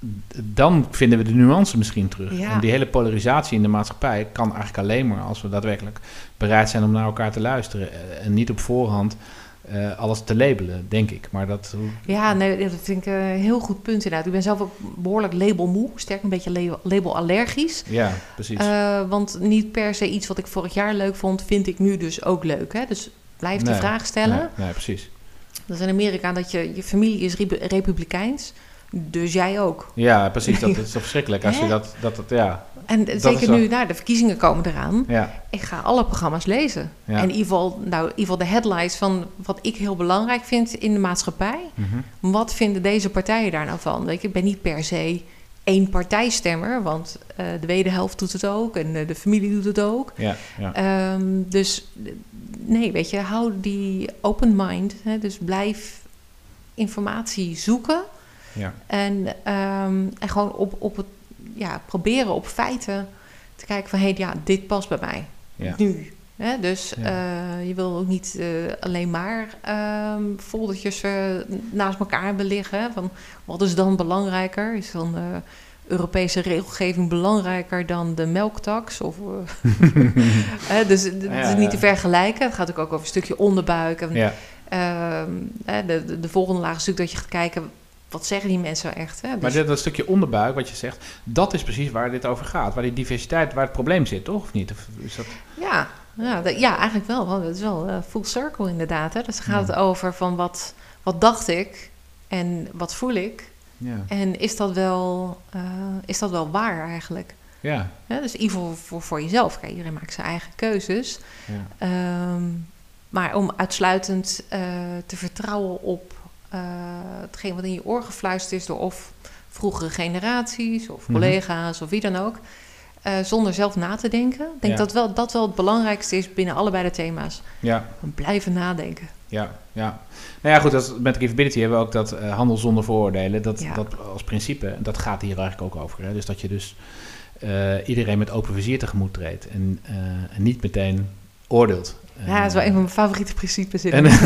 dan vinden we de nuance misschien terug. Ja. En die hele polarisatie in de maatschappij kan eigenlijk alleen maar als we daadwerkelijk bereid zijn om naar elkaar te luisteren. Uh, en niet op voorhand uh, alles te labelen, denk ik. Maar dat... Ja, nee, dat vind ik een heel goed punt inderdaad. Ik ben zelf ook behoorlijk labelmoe, sterk een beetje label, labelallergisch. Ja, precies. Uh, want niet per se iets wat ik vorig jaar leuk vond, vind ik nu dus ook leuk. Hè? Dus blijf nee, de vraag stellen. Nee, nee, precies. Dat is in Amerika dat je, je familie is re- republikeins, dus jij ook. Ja, precies. Dat is toch verschrikkelijk als je dat, dat, dat ja. En dat zeker wel... nu, nou, de verkiezingen komen eraan. Ja. Ik ga alle programma's lezen. Ja. En in ieder geval, nou, in ieder geval de headlines van wat ik heel belangrijk vind in de maatschappij. Mm-hmm. Wat vinden deze partijen daar nou van? Weet je, ik ben niet per se één partijstemmer, want uh, de wederhelft doet het ook en uh, de familie doet het ook. Ja, ja. Um, dus nee, weet je, hou die open mind. Hè, dus blijf informatie zoeken. Ja. En, um, en gewoon op, op het, ja, proberen op feiten te kijken van, hé, hey, ja, dit past bij mij. Ja. Nu. Hè? Dus Ja. uh, je wil ook niet uh, alleen maar um, foldertjes uh, naast elkaar hebben liggen. Hè? Van, wat is dan belangrijker? Is dan uh, Europese regelgeving belangrijker dan de melktax? Of, uh, uh, dus het ja, is niet ja. te vergelijken. Het gaat ook over een stukje onderbuik. En, Ja. uh, de, de, de volgende laag is natuurlijk dat je gaat kijken, wat zeggen die mensen echt? Hè? Dus, Maar dit, dat stukje onderbuik, wat je zegt, dat is precies waar dit over gaat. Waar die diversiteit, waar het probleem zit, toch? Of niet? Of is dat... Ja, ja, dat, ja, eigenlijk wel. Want het is wel uh, full circle inderdaad. Hè? Dus dan gaat Ja. het over van wat, wat dacht ik en wat voel ik. Ja. En is dat wel, uh, is dat wel waar eigenlijk? Ja. Ja, dus in ieder geval voor, voor jezelf. Kijk, iedereen maakt zijn eigen keuzes. Ja. Um, maar om uitsluitend uh, te vertrouwen op uh, hetgeen wat in je oor gefluisterd is door of vroegere generaties of collega's mm-hmm. of wie dan ook. Uh, zonder zelf na te denken. Ik denk Ja. dat wel, dat wel het belangrijkste is binnen allebei de thema's. Ja. Blijven nadenken. Ja, ja. Nou ja, goed, dat, met Giftability hebben we ook dat uh, handel zonder vooroordelen. Dat, Ja. dat als principe, dat gaat hier eigenlijk ook over. Hè? Dus dat je dus uh, iedereen met open vizier tegemoet treedt. En, uh, en niet meteen oordeelt. Ja, dat is wel een van mijn favoriete principes. In en,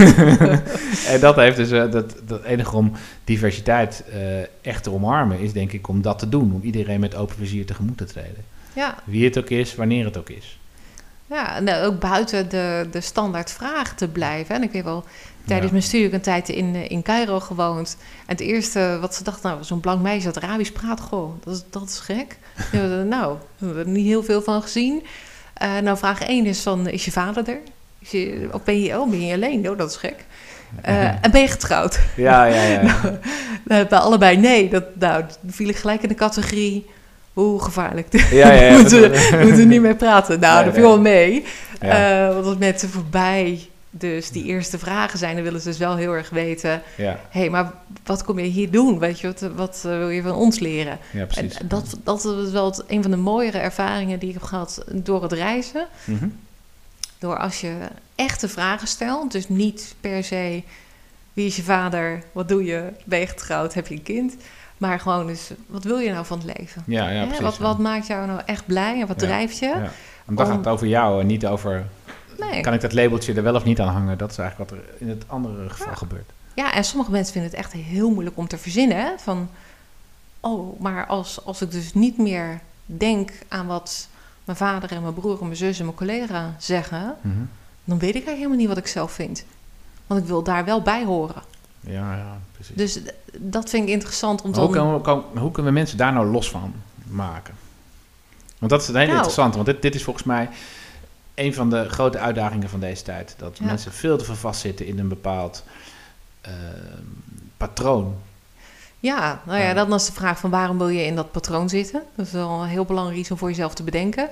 en dat heeft dus, uh, dat, dat enige om diversiteit uh, echt te omarmen, is denk ik om dat te doen. Om iedereen met open vizier tegemoet te treden. Ja. Wie het ook is, wanneer het ook is. Ja, en ook buiten de, de standaard vraag te blijven. En ik weet wel, tijdens Ja. mijn studie heb ik een tijd in, in Cairo gewoond. En het eerste wat ze dachten, nou, zo'n blank meisje dat Arabisch praat, goh, dat is, dat is gek. Ja, nou, we hebben er niet heel veel van gezien. Uh, nou, vraag één is van, is je vader er? Is je, of ben je, oh, ben je alleen? Oh, dat is gek. Uh, en ben je getrouwd? Ja, ja, ja. ja. nou, bij allebei nee. Dat, nou, dan viel ik gelijk in de categorie, hoe gevaarlijk. Ja, ja, ja. moeten we moeten er niet mee praten. Nou, Nee, dat viel nee. wel mee. Ja. Uh, want als mensen voorbij Dus die eerste vragen zijn, dan willen ze dus wel heel erg weten... Ja. hé, hey, maar wat kom je hier doen? Weet je, wat, wat uh, wil je van ons leren? Ja, precies. En dat, dat is wel het, een van de mooiere ervaringen die ik heb gehad door het reizen. Mm-hmm. Door als je echte vragen stelt, dus niet per se... wie is je vader? Wat doe je? Ben je getrouwd? Heb je een kind? Maar gewoon dus, wat wil je nou van het leven? Ja, ja, Hè? precies. Wat, ja. wat maakt jou nou echt blij en wat Ja, drijft je? Ja. Want dan Om... gaat het over jou en niet over... Nee. Kan ik dat labeltje er wel of niet aan hangen? Dat is eigenlijk wat er in het andere geval Ja. gebeurt. Ja, en sommige mensen vinden het echt heel moeilijk om te verzinnen. Hè? Van, oh, maar als, als ik dus niet meer denk aan wat mijn vader en mijn broer en mijn zus en mijn collega zeggen... Mm-hmm. dan weet ik eigenlijk helemaal niet wat ik zelf vind. Want ik wil daar wel bij horen. Ja, ja, precies. Dus d- dat vind ik interessant om te... Hoe, kan, kan, hoe kunnen we mensen daar nou los van maken? Want dat is een hele Nou. interessante. Want dit, dit is volgens mij een van de grote uitdagingen van deze tijd. Dat Ja. mensen veel te veel vastzitten in een bepaald uh, patroon. Ja, nou ja, Ja. dan is de vraag van waarom wil je in dat patroon zitten? Dat is wel heel belangrijk iets om voor jezelf te bedenken.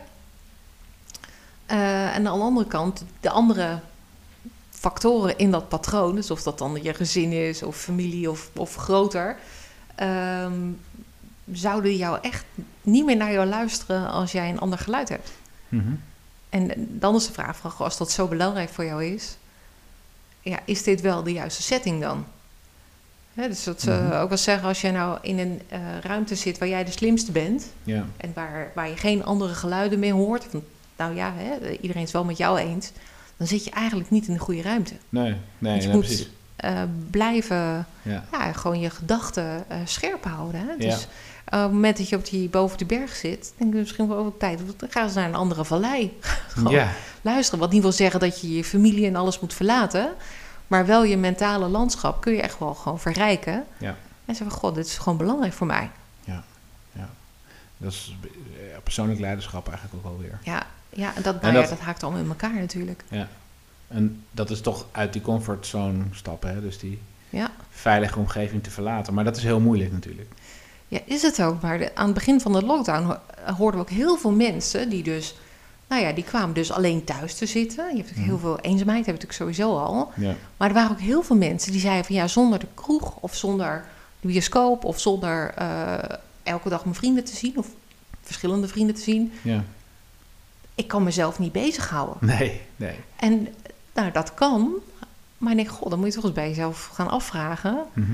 Uh, en aan de andere kant, de andere factoren in dat patroon, dus of dat dan je gezin is of familie of, of groter, um, zouden jou echt niet meer naar jou luisteren als jij een ander geluid hebt. Mm-hmm. En dan is de vraag van, als dat zo belangrijk voor jou is, ja, is dit wel de juiste setting dan? Hè, dus dat uh, Mm-hmm. ook wel zeggen, als je nou in een uh, ruimte zit waar jij de slimste bent, Ja. en waar, waar je geen andere geluiden meer hoort, van, nou ja, hè, iedereen is wel met jou eens, dan zit je eigenlijk niet in de goede ruimte. Nee, nee, Want je nee moet precies. uh, blijven, Ja. ja, gewoon je gedachten uh, scherp houden. Hè? Ja. Dus uh, op het moment dat je op die, boven de berg zit, denk ik misschien wel over tijd, dan gaan ze naar een andere vallei. Gewoon Ja. luisteren. Wat niet wil zeggen dat je je familie en alles moet verlaten, maar wel je mentale landschap kun je echt wel gewoon verrijken. Ja. En zeggen van, god, dit is gewoon belangrijk voor mij. Ja, ja. Dat is ja, persoonlijk leiderschap eigenlijk ook wel weer. Ja, ja en dat, En nou ja, dat- dat haakt allemaal in elkaar natuurlijk. Ja. En dat is toch uit die comfortzone stappen, hè? Dus die Ja. veilige omgeving te verlaten. Maar dat is heel moeilijk natuurlijk. Ja, is het ook. Maar de- aan het begin van de lockdown ho- hoorden we ook heel veel mensen die dus, nou ja, die kwamen dus alleen thuis te zitten. Je hebt natuurlijk Mhm. heel veel eenzaamheid, heb je natuurlijk sowieso al. Ja. Maar er waren ook heel veel mensen die zeiden van ja, zonder de kroeg of zonder de bioscoop of zonder uh, elke dag mijn vrienden te zien of verschillende vrienden te zien, Ja. ik kan mezelf niet bezighouden. Nee, nee. En nou, dat kan, maar ik denk, god, dan moet je toch eens bij jezelf gaan afvragen. Mhm.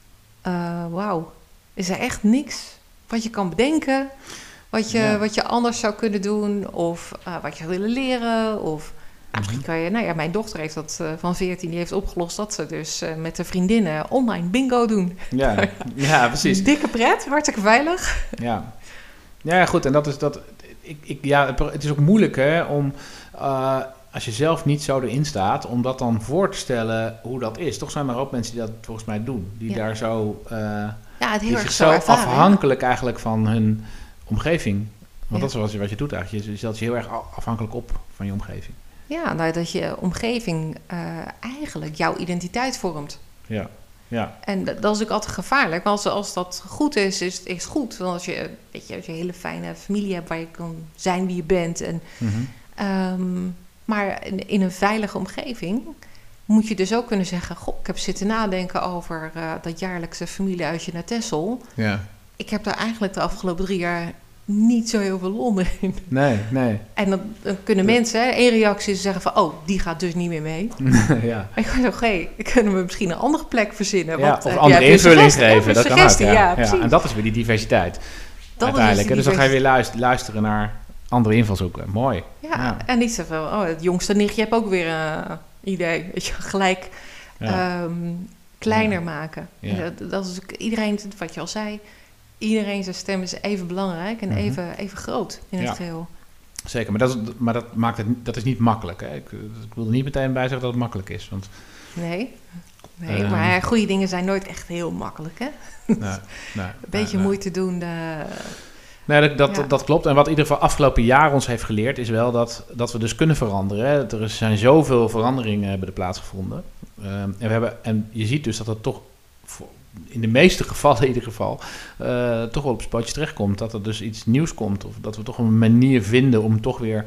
Uh, Wauw, is er echt niks wat je kan bedenken, wat je, Ja. wat je anders zou kunnen doen of uh, wat je zou willen leren of... Nou, misschien kan je, nou ja, mijn dochter heeft dat uh, van veertien, die heeft opgelost dat ze dus uh, met de vriendinnen online bingo doen. Ja, ja, precies. Dikke pret, hartstikke veilig. Ja. Ja, goed. En dat is dat. Ik, ik, ja, het is ook moeilijk, hè, om uh, als je zelf niet zo erin staat, om dat dan voor te stellen hoe dat is. Toch zijn er ook mensen die dat volgens mij doen, die Ja. daar zo, uh, Ja, het heel die erg zich zo zo ervaren. afhankelijk eigenlijk van hun omgeving. Want Ja. dat is wat je, wat je doet eigenlijk. Je stelt je heel erg afhankelijk op van je omgeving. Ja, nou, dat je omgeving uh, eigenlijk jouw identiteit vormt. Ja, ja. En dat, dat is ook altijd gevaarlijk. Maar als, als dat goed is, is het is goed. Want als je, weet je, als je een hele fijne familie hebt waar je kan zijn wie je bent. En, Mm-hmm. um, maar in, in een veilige omgeving moet je dus ook kunnen zeggen, goh, ik heb zitten nadenken over uh, dat jaarlijkse familieuitje naar Texel. Ja. Ik heb daar eigenlijk de afgelopen drie jaar niet zo heel veel lol in. Nee, nee. En dan, dan kunnen mensen, hè, één reactie is zeggen van, oh, die gaat dus niet meer mee. Ja. En ik dacht, oké, okay, kunnen we misschien een andere plek verzinnen? Ja, Want, of uh, andere ja, invulling suggestie, geven, ja, dat kan ook. suggestie, Ja. ja, Ja, precies. en dat is weer die diversiteit Dat uiteindelijk. is Hè? die Dus dan ga je weer luisteren, luisteren naar andere invalshoeken. Mooi. Ja, Ja. en niet zoveel, oh, het jongste nichtje heb ook weer een idee. Weet je, gelijk Ja. um, kleiner Ja. maken. Ja. Dat, dat is ook iedereen, wat je al zei, iedereen zijn stem is even belangrijk en Mhm. even, even groot in Ja. het geheel. Zeker, maar, dat is, maar dat, maakt het, dat is niet makkelijk. Hè? Ik, ik wil er niet meteen bij zeggen dat het makkelijk is. Want, Nee, nee Um, maar goede dingen zijn nooit echt heel makkelijk, hè? nou, nou, Een beetje nou, moeite doen. Uh, Nee, dat, dat, Ja. dat klopt. En wat in ieder geval afgelopen jaar ons heeft geleerd, is wel dat, dat we dus kunnen veranderen. Hè. Er zijn zoveel veranderingen hebben er plaatsgevonden. Um, en, we hebben, en je ziet dus dat het toch voor, in de meeste gevallen in ieder geval, uh, toch wel op spootjes terechtkomt. Dat er dus iets nieuws komt. Of dat we toch een manier vinden om toch weer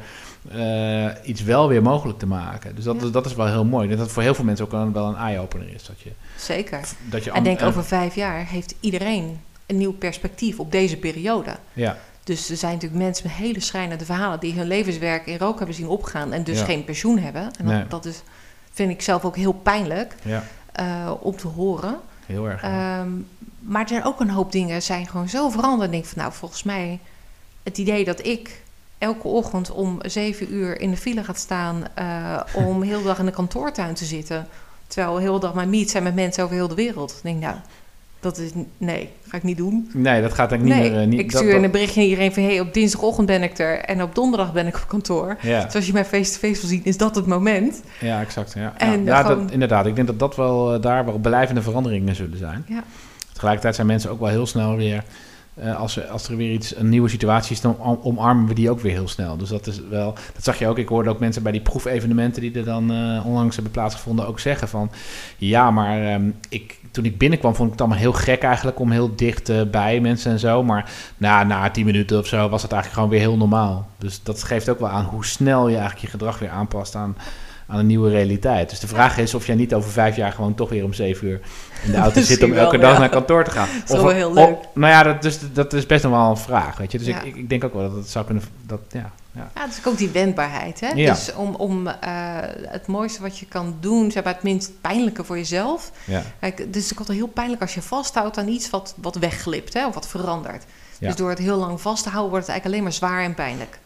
uh, iets wel weer mogelijk te maken. Dus dat, ja. dat is wel heel mooi. Ik denk dat het voor heel veel mensen ook een, wel een eye-opener is. Dat je, Zeker. Dat je en denk uh, over vijf jaar heeft iedereen een nieuw perspectief op deze periode. Ja. Dus er zijn natuurlijk mensen met hele schrijnende verhalen die hun levenswerk in rook hebben zien opgaan en dus ja. geen pensioen hebben. En dat, nee. dat is, vind ik zelf ook heel pijnlijk ja. uh, om te horen. Heel erg. Um, maar er zijn ook een hoop dingen zijn gewoon zo veranderd. Ik denk van nou, volgens mij het idee dat ik elke ochtend om zeven uur in de file gaat staan uh, om heel de dag in de kantoortuin te zitten, terwijl heel de dag mijn meet zijn met mensen over heel de wereld. Ik denk nou, dat is nee, ga ik niet doen. Nee, dat gaat eigenlijk niet nee, meer. Uh, niet, ik stuur dat, een berichtje naar iedereen van hey, op dinsdagochtend ben ik er en op donderdag ben ik op kantoor. Ja. Dus als je mij face-to-face wil zien, is dat het moment. Ja, exact. Ja, en ja, ja gewoon, dat, inderdaad. Ik denk dat dat wel uh, daar wel blijvende veranderingen zullen zijn. Ja. Tegelijkertijd zijn mensen ook wel heel snel weer, uh, als, er, als er weer iets, een nieuwe situatie is, dan omarmen we die ook weer heel snel. Dus dat is wel, dat zag je ook. Ik hoorde ook mensen bij die proefevenementen die er dan uh, onlangs hebben plaatsgevonden ook zeggen van, ja, maar um, ik, toen ik binnenkwam vond ik het allemaal heel gek eigenlijk om heel dicht uh, bij mensen en zo. Maar na, na tien minuten of zo was het eigenlijk gewoon weer heel normaal. Dus dat geeft ook wel aan hoe snel je eigenlijk je gedrag weer aanpast aan, aan een nieuwe realiteit. Dus de vraag is of jij niet over vijf jaar gewoon toch weer om zeven uur in de auto zit om elke wel, dag ja. naar kantoor te gaan. Dat is of, wel heel leuk. Of, nou ja, dat, dus, dat is best nog wel een vraag, weet je. Dus ja. ik, ik denk ook wel dat het zou kunnen, dat, ja. Ja, ja, dus ook die wendbaarheid. Hè? Ja. Dus om, om uh, het mooiste wat je kan doen, zeg maar het minst pijnlijke voor jezelf. Ja. Kijk, het is natuurlijk altijd heel pijnlijk als je vasthoudt aan iets wat, wat wegglipt, hè, of wat verandert. Ja. Dus door het heel lang vast te houden wordt het eigenlijk alleen maar zwaar en pijnlijk.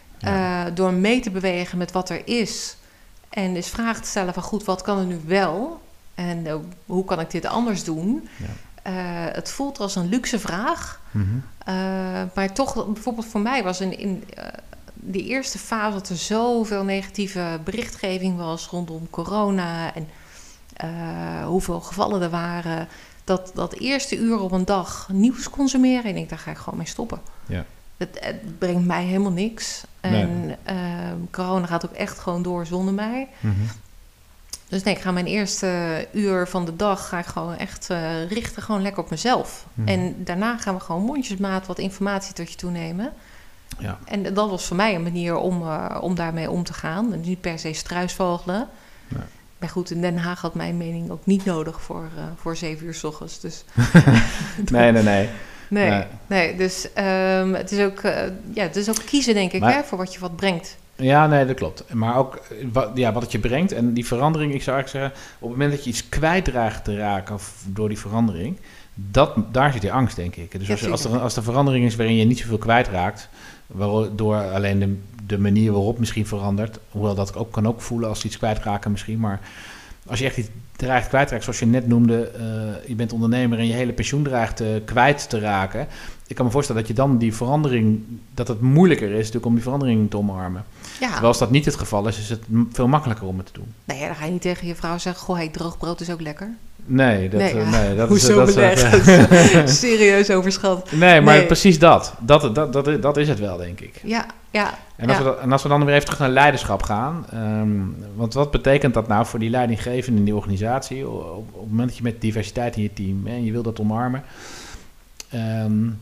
Ja. Uh, door mee te bewegen met wat er is en dus vragen te stellen van goed, wat kan er nu wel? En uh, hoe kan ik dit anders doen? Ja. Uh, het voelt als een luxe vraag. Mm-hmm. Uh, maar toch, bijvoorbeeld voor mij was in, in uh, die eerste fase dat er zoveel negatieve berichtgeving was rondom corona en uh, hoeveel gevallen er waren. Dat, dat eerste uur op een dag nieuws consumeren, en ik daar ga ik gewoon mee stoppen. Ja. Het, het brengt mij helemaal niks. Nee. En uh, corona gaat ook echt gewoon door zonder mij. Mm-hmm. Dus nee, ik ga mijn eerste uur van de dag ga ik gewoon echt uh, richten gewoon lekker op mezelf. Mm-hmm. En daarna gaan we gewoon mondjesmaat wat informatie tot je toenemen. Ja. En dat was voor mij een manier om, uh, om daarmee om te gaan. En niet per se struisvogelen. Nee. Maar goed, in Den Haag had mijn mening ook niet nodig voor, uh, voor zeven uur 's ochtends. Dus nee, nee, nee. Nee, nee. nee dus um, het, is ook, uh, ja, het is ook kiezen, denk ik, maar, hè, voor wat je wat brengt. Ja, nee, dat klopt. Maar ook wat, ja, wat het je brengt en die verandering, ik zou eigenlijk zeggen, op het moment dat je iets kwijtdraagt te raken of door die verandering, dat, daar zit die angst, denk ik. Dus ja, als, als, er, als er verandering is waarin je niet zoveel kwijtraakt, waardoor alleen de, de manier waarop misschien verandert, hoewel dat ook kan ook voelen als iets kwijtraken misschien, maar als je echt iets dreigt kwijtraakt, zoals je net noemde, uh, je bent ondernemer en je hele pensioen dreigt uh, kwijt te raken. Ik kan me voorstellen dat je dan die verandering, dat het moeilijker is natuurlijk om die verandering te omarmen. Ja. Terwijl als dat niet het geval is, is het veel makkelijker om het te doen. Nee, dan ga je niet tegen je vrouw zeggen, goh, hey, droog brood is ook lekker. Nee, dat, nee, uh, nee, dat Hoezo is... beleggen? Serieus overschat. Nee, maar nee. precies dat. Dat, dat, dat. dat is het wel, denk ik. Ja, ja. En als, ja. we, en als we dan weer even terug naar leiderschap gaan. Um, want wat betekent dat nou voor die leidinggevende in die organisatie? Op, op het moment dat je met diversiteit in je team en je wil dat omarmen. Um,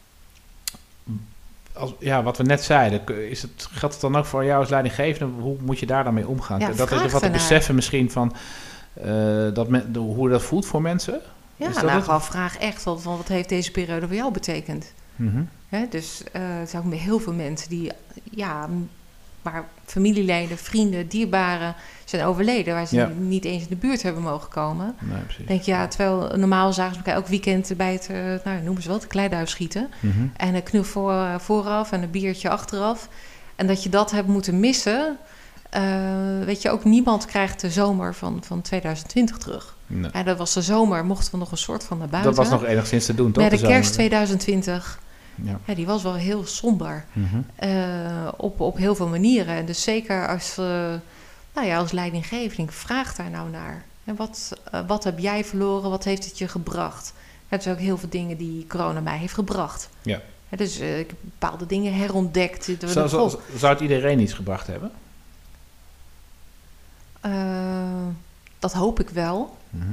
als, ja, wat we net zeiden, is het, geldt het dan ook voor jou als leidinggevende? Hoe moet je daar dan mee omgaan? Ja, dat is wat te beseffen misschien van uh, dat men, de, hoe dat voelt voor mensen? Ja, is dat nou het? gewoon vraag echt van wat heeft deze periode voor jou betekend? Mm-hmm. He, dus uh, er zijn ook heel veel mensen die, ja, waar familieleden, vrienden, dierbaren zijn overleden, waar ze ja. niet eens in de buurt hebben mogen komen. Nee, precies. Denk je, ja, terwijl normaal zagen ze elkaar elk weekend bij het, uh, nou, noemen ze wel, het kleiduif schieten. Mm-hmm. En een knuffel voor, vooraf en een biertje achteraf. En dat je dat hebt moeten missen. Uh, weet je, ook niemand krijgt de zomer van, van twintig twintig terug. Nee. En dat was de zomer, mochten we nog een soort van naar buiten. Dat was nog enigszins te doen, toch? Bij de, de kerst twintig twintig. Ja. Ja, die was wel heel somber. Mm-hmm. Uh, op, op heel veel manieren. En dus zeker als, uh, nou ja, als leidinggeving, vraag daar nou naar. En wat, uh, wat heb jij verloren? Wat heeft het je gebracht? Er zijn ook heel veel dingen die corona mij heeft gebracht. Ja. Ja, dus uh, ik heb bepaalde dingen herontdekt. Zou, zou, zou het iedereen iets gebracht hebben? Uh, dat hoop ik wel. Mm-hmm.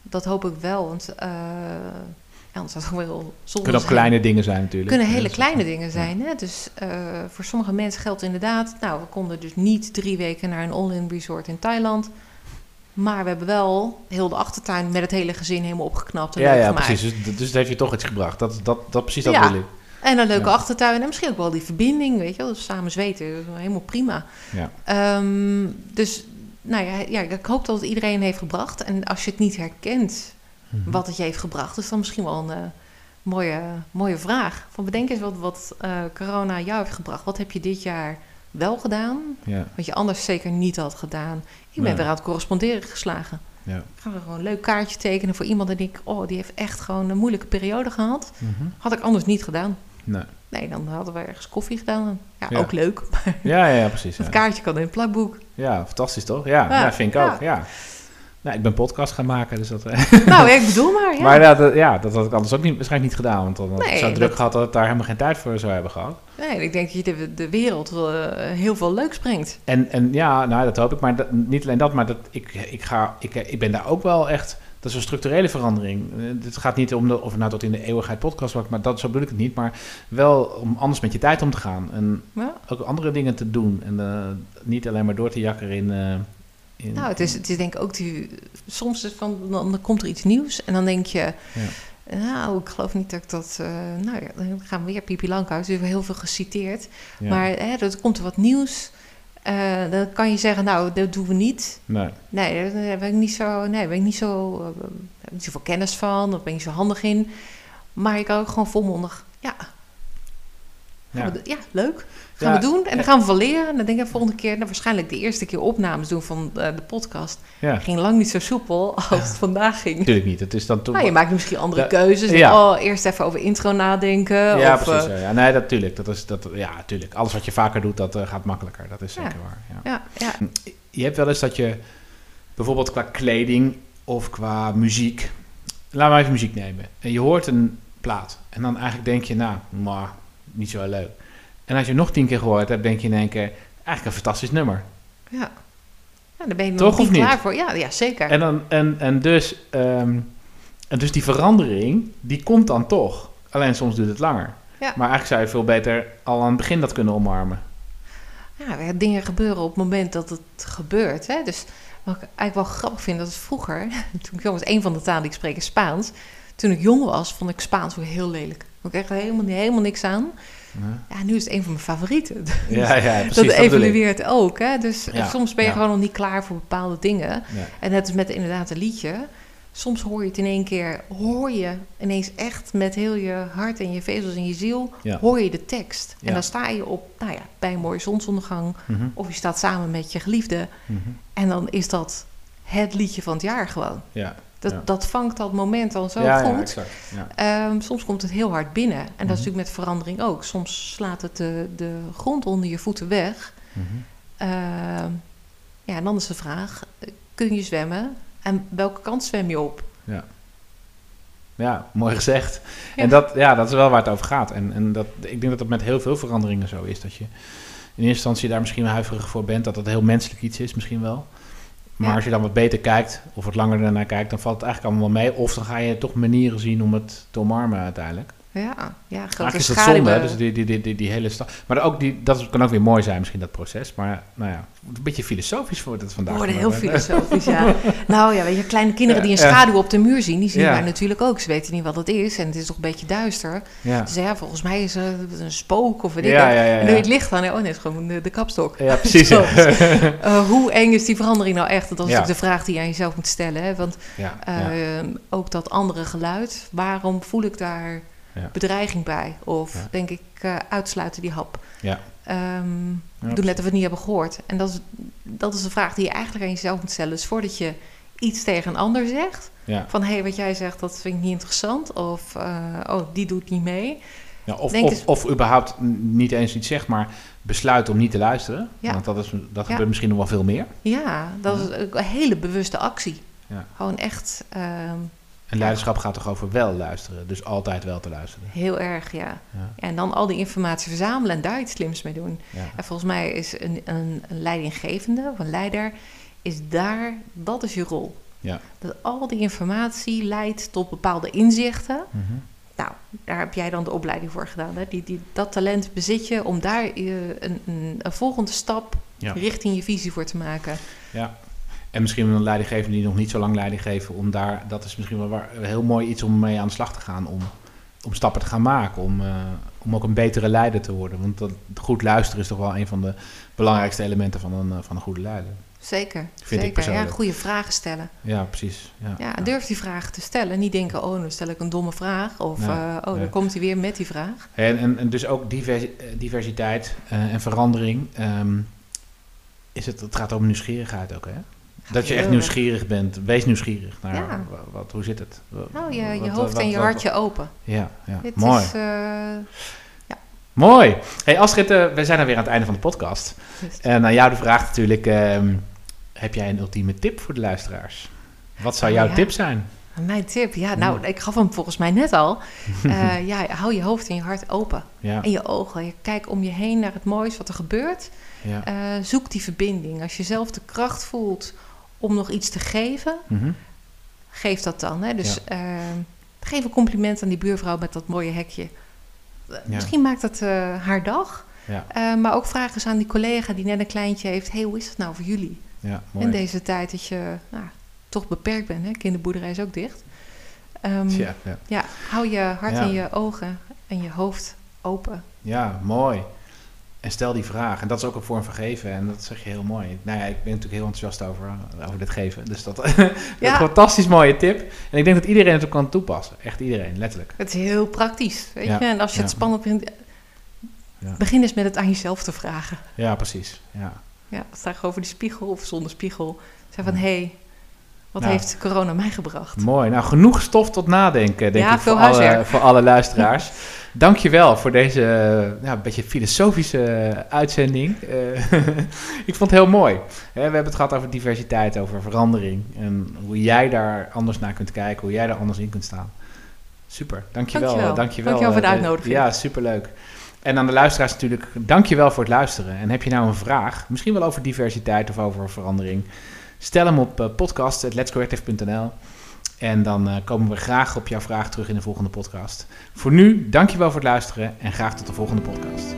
dat hoop ik wel. Want uh, ja, anders zou het gewoon heel zonde kunnen ook zijn. kleine dingen zijn natuurlijk. Kunnen hele ja, kleine ja. dingen zijn. Hè? Dus uh, voor sommige mensen geldt inderdaad... Nou, we konden dus niet drie weken naar een all-in resort in Thailand. Maar we hebben wel heel de achtertuin met het hele gezin helemaal opgeknapt en Ja, leuk ja, gemaakt. precies. Dus, dus het heeft je toch iets gebracht. Dat, dat, dat, precies dat Ja. wil ik. En een leuke Ja. achtertuin en misschien ook wel die verbinding, weet je wel. Dus samen zweten, dat is wel helemaal prima. Ja. Um, dus, nou ja, ja, ik hoop dat het iedereen heeft gebracht. En als je het niet herkent, Mhm. wat het je heeft gebracht... is dan misschien wel een uh, mooie, mooie vraag. Van bedenk eens wat, wat uh, corona jou heeft gebracht. Wat heb je dit jaar wel gedaan, Ja. wat je anders zeker niet had gedaan? Ik ben Nee. weer aan het corresponderen geslagen. Ja. Ik ga er gewoon een leuk kaartje tekenen voor iemand... en denk, oh, die heeft echt gewoon een moeilijke periode gehad. Mhm. Had ik anders niet gedaan. Nee. Nee, dan hadden we ergens koffie gedaan. Ja, Ja. ook leuk. Maar Ja, ja, ja, precies. dat Ja. kaartje kan in een plakboek. ja, fantastisch toch? Ja, Ja. ja, vind ik Ja. ook. Ja. Nou, ik ben podcast gaan maken, dus dat... Nou, ik bedoel maar, ja. Maar ja, dat, ja, dat had ik anders ook niet, waarschijnlijk niet gedaan. Want dan had ik Nee, zo druk dat- gehad dat ik daar helemaal geen tijd voor zou hebben gehad. Nee, ik denk dat je de, de wereld uh, heel veel leuks brengt. En, en ja, nou, dat hoop ik. Maar dat, niet alleen dat, maar dat, ik, ik, ga, ik, ik ben daar ook wel echt... Dat is een structurele verandering. Uh, het gaat niet om de, of het nou tot in de eeuwigheid podcast wordt, maar dat, zo bedoel ik het niet. Maar wel om anders met je tijd om te gaan. En Ja. ook andere dingen te doen. En uh, niet alleen maar door te jakkeren in... Uh, in Nou, het is, het is denk ik ook... Die, soms is van, dan, dan komt er iets nieuws en dan denk je... Ja. Nou, ik geloof niet dat ik dat... Uh, nou ja, dan gaan we weer Pipi Langkous. Er is heel veel geciteerd. Ja. Maar hè, er komt er wat nieuws. Uh, dan kan je zeggen, nou, dat doen we niet. Nee. Nee, daar ben ik niet zo... Nee, daar ben ik niet zo... Uh, heb ik niet zoveel kennis van. Daar ben ik niet zo handig in. Maar je kan ook gewoon volmondig... Ja, Ja. ja. We, ja leuk. Gaan Ja. we doen. En dan gaan we van leren. En dan denk ik volgende keer... Nou, waarschijnlijk de eerste keer opnames doen van uh, de podcast. Ja. Ging lang niet zo soepel als het vandaag ging. Natuurlijk niet. Het is dan toch... Nou, je maakt misschien andere Ja. keuzes. Ja. Oh, eerst even over intro nadenken. Ja, of, precies. uh, ja. Nee, dat tuurlijk. Dat is, dat, ja, tuurlijk. Alles wat je vaker doet, dat uh, gaat makkelijker. Dat is Ja. zeker waar. Ja. ja, ja. Je hebt wel eens dat je bijvoorbeeld qua kleding of qua muziek... Laten we even muziek nemen. En je hoort een plaat. En dan eigenlijk denk je, nou, maar niet zo heel leuk. En als je nog tien keer gehoord hebt, denk je in één keer... Eigenlijk een fantastisch nummer. Ja. Ja, daar ben je Toch, nog niet of niet? klaar voor. Ja, ja zeker. En, dan, en, en, dus, um, en dus die verandering, die komt dan toch. Alleen soms duurt het langer. Ja. Maar eigenlijk zou je veel beter al aan het begin dat kunnen omarmen. Ja, dingen gebeuren op het moment dat het gebeurt. Hè? Dus wat ik eigenlijk wel grappig vind, dat is vroeger... Toen ik jong was, een van de talen die ik spreek is Spaans. Toen ik jong was, vond ik Spaans ook heel lelijk. Ik kreeg er helemaal, helemaal niks aan. Ja, Ja, nu is het een van mijn favorieten. ja, ja precies. dat dat evolueert ook. Hè? Dus Ja, soms ben je ja. gewoon nog niet klaar voor bepaalde dingen. Ja. En net als met inderdaad een liedje. Soms hoor je het in één keer, hoor je ineens echt met heel je hart en je vezels en je ziel, Ja. hoor je de tekst. En Ja. dan sta je op, nou ja, bij een mooie zonsondergang. Mm-hmm. Of je staat samen met je geliefde. Mm-hmm. En dan is dat het liedje van het jaar gewoon. Ja. Dat, Ja. dat vangt dat moment al zo ja, ja, goed. exact. Ja. Um, soms komt het heel hard binnen. En dat is Mhm. natuurlijk met verandering ook. Soms slaat het de, de grond onder je voeten weg. Mm-hmm. Um, ja, en dan is de vraag, kun je zwemmen? En welke kant zwem je op? Ja. Ja, mooi gezegd. Ja. En dat, ja, dat is wel waar het over gaat. En, en dat, ik denk dat het met heel veel veranderingen zo is. Dat je in eerste instantie daar misschien huiverig voor bent. Dat het heel menselijk iets is misschien wel. Maar Ja. als je dan wat beter kijkt, of wat langer ernaar kijkt, dan valt het eigenlijk allemaal wel mee. Of dan ga je toch manieren zien om het te omarmen uiteindelijk. Ja, ja grote Eigenlijk is dat schaduwen. zonde, hè? Dus die, die, die, die, die hele stap. Maar ook die, dat kan ook weer mooi zijn, misschien dat proces. Maar nou ja, een beetje filosofisch wordt het vandaag. We worden maar- heel filosofisch, ja. Nou ja, weet je, kleine kinderen die een Ja, ja. schaduw op de muur zien, die zien Ja. daar natuurlijk ook. Ze weten niet wat het is en het is toch een beetje duister. Ja. Ze zeggen, ja, volgens mij is het een spook of weet ik Ja, wat. ja, ja, ja. En doe je het licht aan, oh nee, het is gewoon de, de kapstok. Ja, precies. Zo. Ja. Uh, hoe eng is die verandering nou echt? Dat is Ja. natuurlijk de vraag die je aan jezelf moet stellen. Hè? Want Ja, uh, ja. ook dat andere geluid, waarom voel ik daar Ja. bedreiging bij? Of Ja. denk ik, uh, uitsluiten die hap? Ja. Um, Ja, doe net of we het niet hebben gehoord. En dat is, dat is de vraag die je eigenlijk aan jezelf moet stellen. Dus voordat je iets tegen een ander zegt, Ja. van hé, hey, wat jij zegt, dat vind ik niet interessant. Of uh, oh, die doet niet mee. Ja, of, Denk of, eens- of überhaupt niet eens iets zegt, maar besluit om niet te luisteren. Ja. Want dat, is, dat Ja. gebeurt misschien nog wel veel meer. Ja, dat Ja. is een hele bewuste actie. Ja. Gewoon echt um, En leiderschap gaat toch over wel luisteren. Dus altijd wel te luisteren. heel erg, ja. Ja. Ja, en dan al die informatie verzamelen en daar iets slims mee doen. Ja. En volgens mij is een, een, een leidinggevende of een leider, is daar, dat is je rol. Ja. Dat al die informatie leidt tot bepaalde inzichten. Mm-hmm. Nou, daar heb jij dan de opleiding voor gedaan. Hè? Die, die, dat talent bezit je om daar uh, een, een, een volgende stap ja. richting je visie voor te maken. Ja. En misschien een leidinggever die nog niet zo lang leiding geven, om daar, dat is misschien wel waar, heel mooi iets om mee aan de slag te gaan, om, om stappen te gaan maken, om, uh, om ook een betere leider te worden. Want dat, goed luisteren is toch wel een van de belangrijkste elementen van een, van een goede leider. Zeker, Vind zeker. Ik ja, goede vragen stellen. Ja, precies. Ja, ja, durf die vragen te stellen. Niet denken, oh, nu stel ik een domme vraag. Of, nee, uh, oh, nee. dan komt hij weer met die vraag. En, en, en dus ook diversi- diversiteit uh, en verandering. Um, is het, het gaat om nieuwsgierigheid ook, hè? Dat je echt nieuwsgierig bent. Wees nieuwsgierig naar ja. wat, wat, hoe zit het? Nou, je, je wat, hoofd wat, en je wat, hartje wat, open. Ja, ja. Dit mooi. Is, uh, ja. Mooi. Hey Astrid, uh, we zijn er weer aan het einde van de podcast. Just. En aan jou de vraag natuurlijk, uh, heb jij een ultieme tip voor de luisteraars? Wat zou jouw oh, ja. tip zijn? Mijn tip? Ja, nou, ik gaf hem volgens mij net al. Uh, ja, hou je hoofd en je hart open. Ja. En je ogen. Kijk om je heen naar het moois wat er gebeurt. Ja. Uh, zoek die verbinding. Als je zelf de kracht voelt om nog iets te geven, mm-hmm. geef dat dan. Hè? Dus ja. uh, geef een compliment aan die buurvrouw met dat mooie hekje. Ja. Misschien maakt dat uh, haar dag. Ja. Uh, maar ook vraag eens aan die collega die net een kleintje heeft. Hey, hoe is het nou voor jullie? Ja, mooi. In deze tijd dat je nou, toch beperkt bent. Hè? Kinderboerderij is ook dicht. Um, ja, ja. ja, hou je hart ja. en je ogen en je hoofd open. Ja, mooi. En stel die vraag. En dat is ook een vorm van geven. En dat zeg je heel mooi. Nou ja, ik ben natuurlijk heel enthousiast over, over dit geven. Dus dat, dat ja. is een fantastisch mooie tip. En ik denk dat iedereen het ook kan toepassen. Echt iedereen, letterlijk. Het is heel praktisch. Weet ja. je? En als je ja. het spannend vindt, ja. begin eens met het aan jezelf te vragen. Ja, precies. Ja. Ja, sta je over die spiegel of zonder spiegel. Zeg van, hé, hey, wat nou, heeft corona mij gebracht? Mooi. Nou, genoeg stof tot nadenken, denk ja, ik, voor alle, voor alle luisteraars. Dank je wel voor deze ja, een beetje filosofische uitzending. Uh, ik vond het heel mooi. He, we hebben het gehad over diversiteit, over verandering. En hoe jij daar anders naar kunt kijken, hoe jij daar anders in kunt staan. Super, dank je wel. Dank je wel, dank je wel, dank je wel voor de uitnodiging. Ja, superleuk. En aan de luisteraars natuurlijk, dank je wel voor het luisteren. En heb je nou een vraag, misschien wel over diversiteit of over verandering, stel hem op uh, podcast at letscorrective punt n l. En dan uh, komen we graag op jouw vraag terug in de volgende podcast. Voor nu, dankjewel voor het luisteren en graag tot de volgende podcast.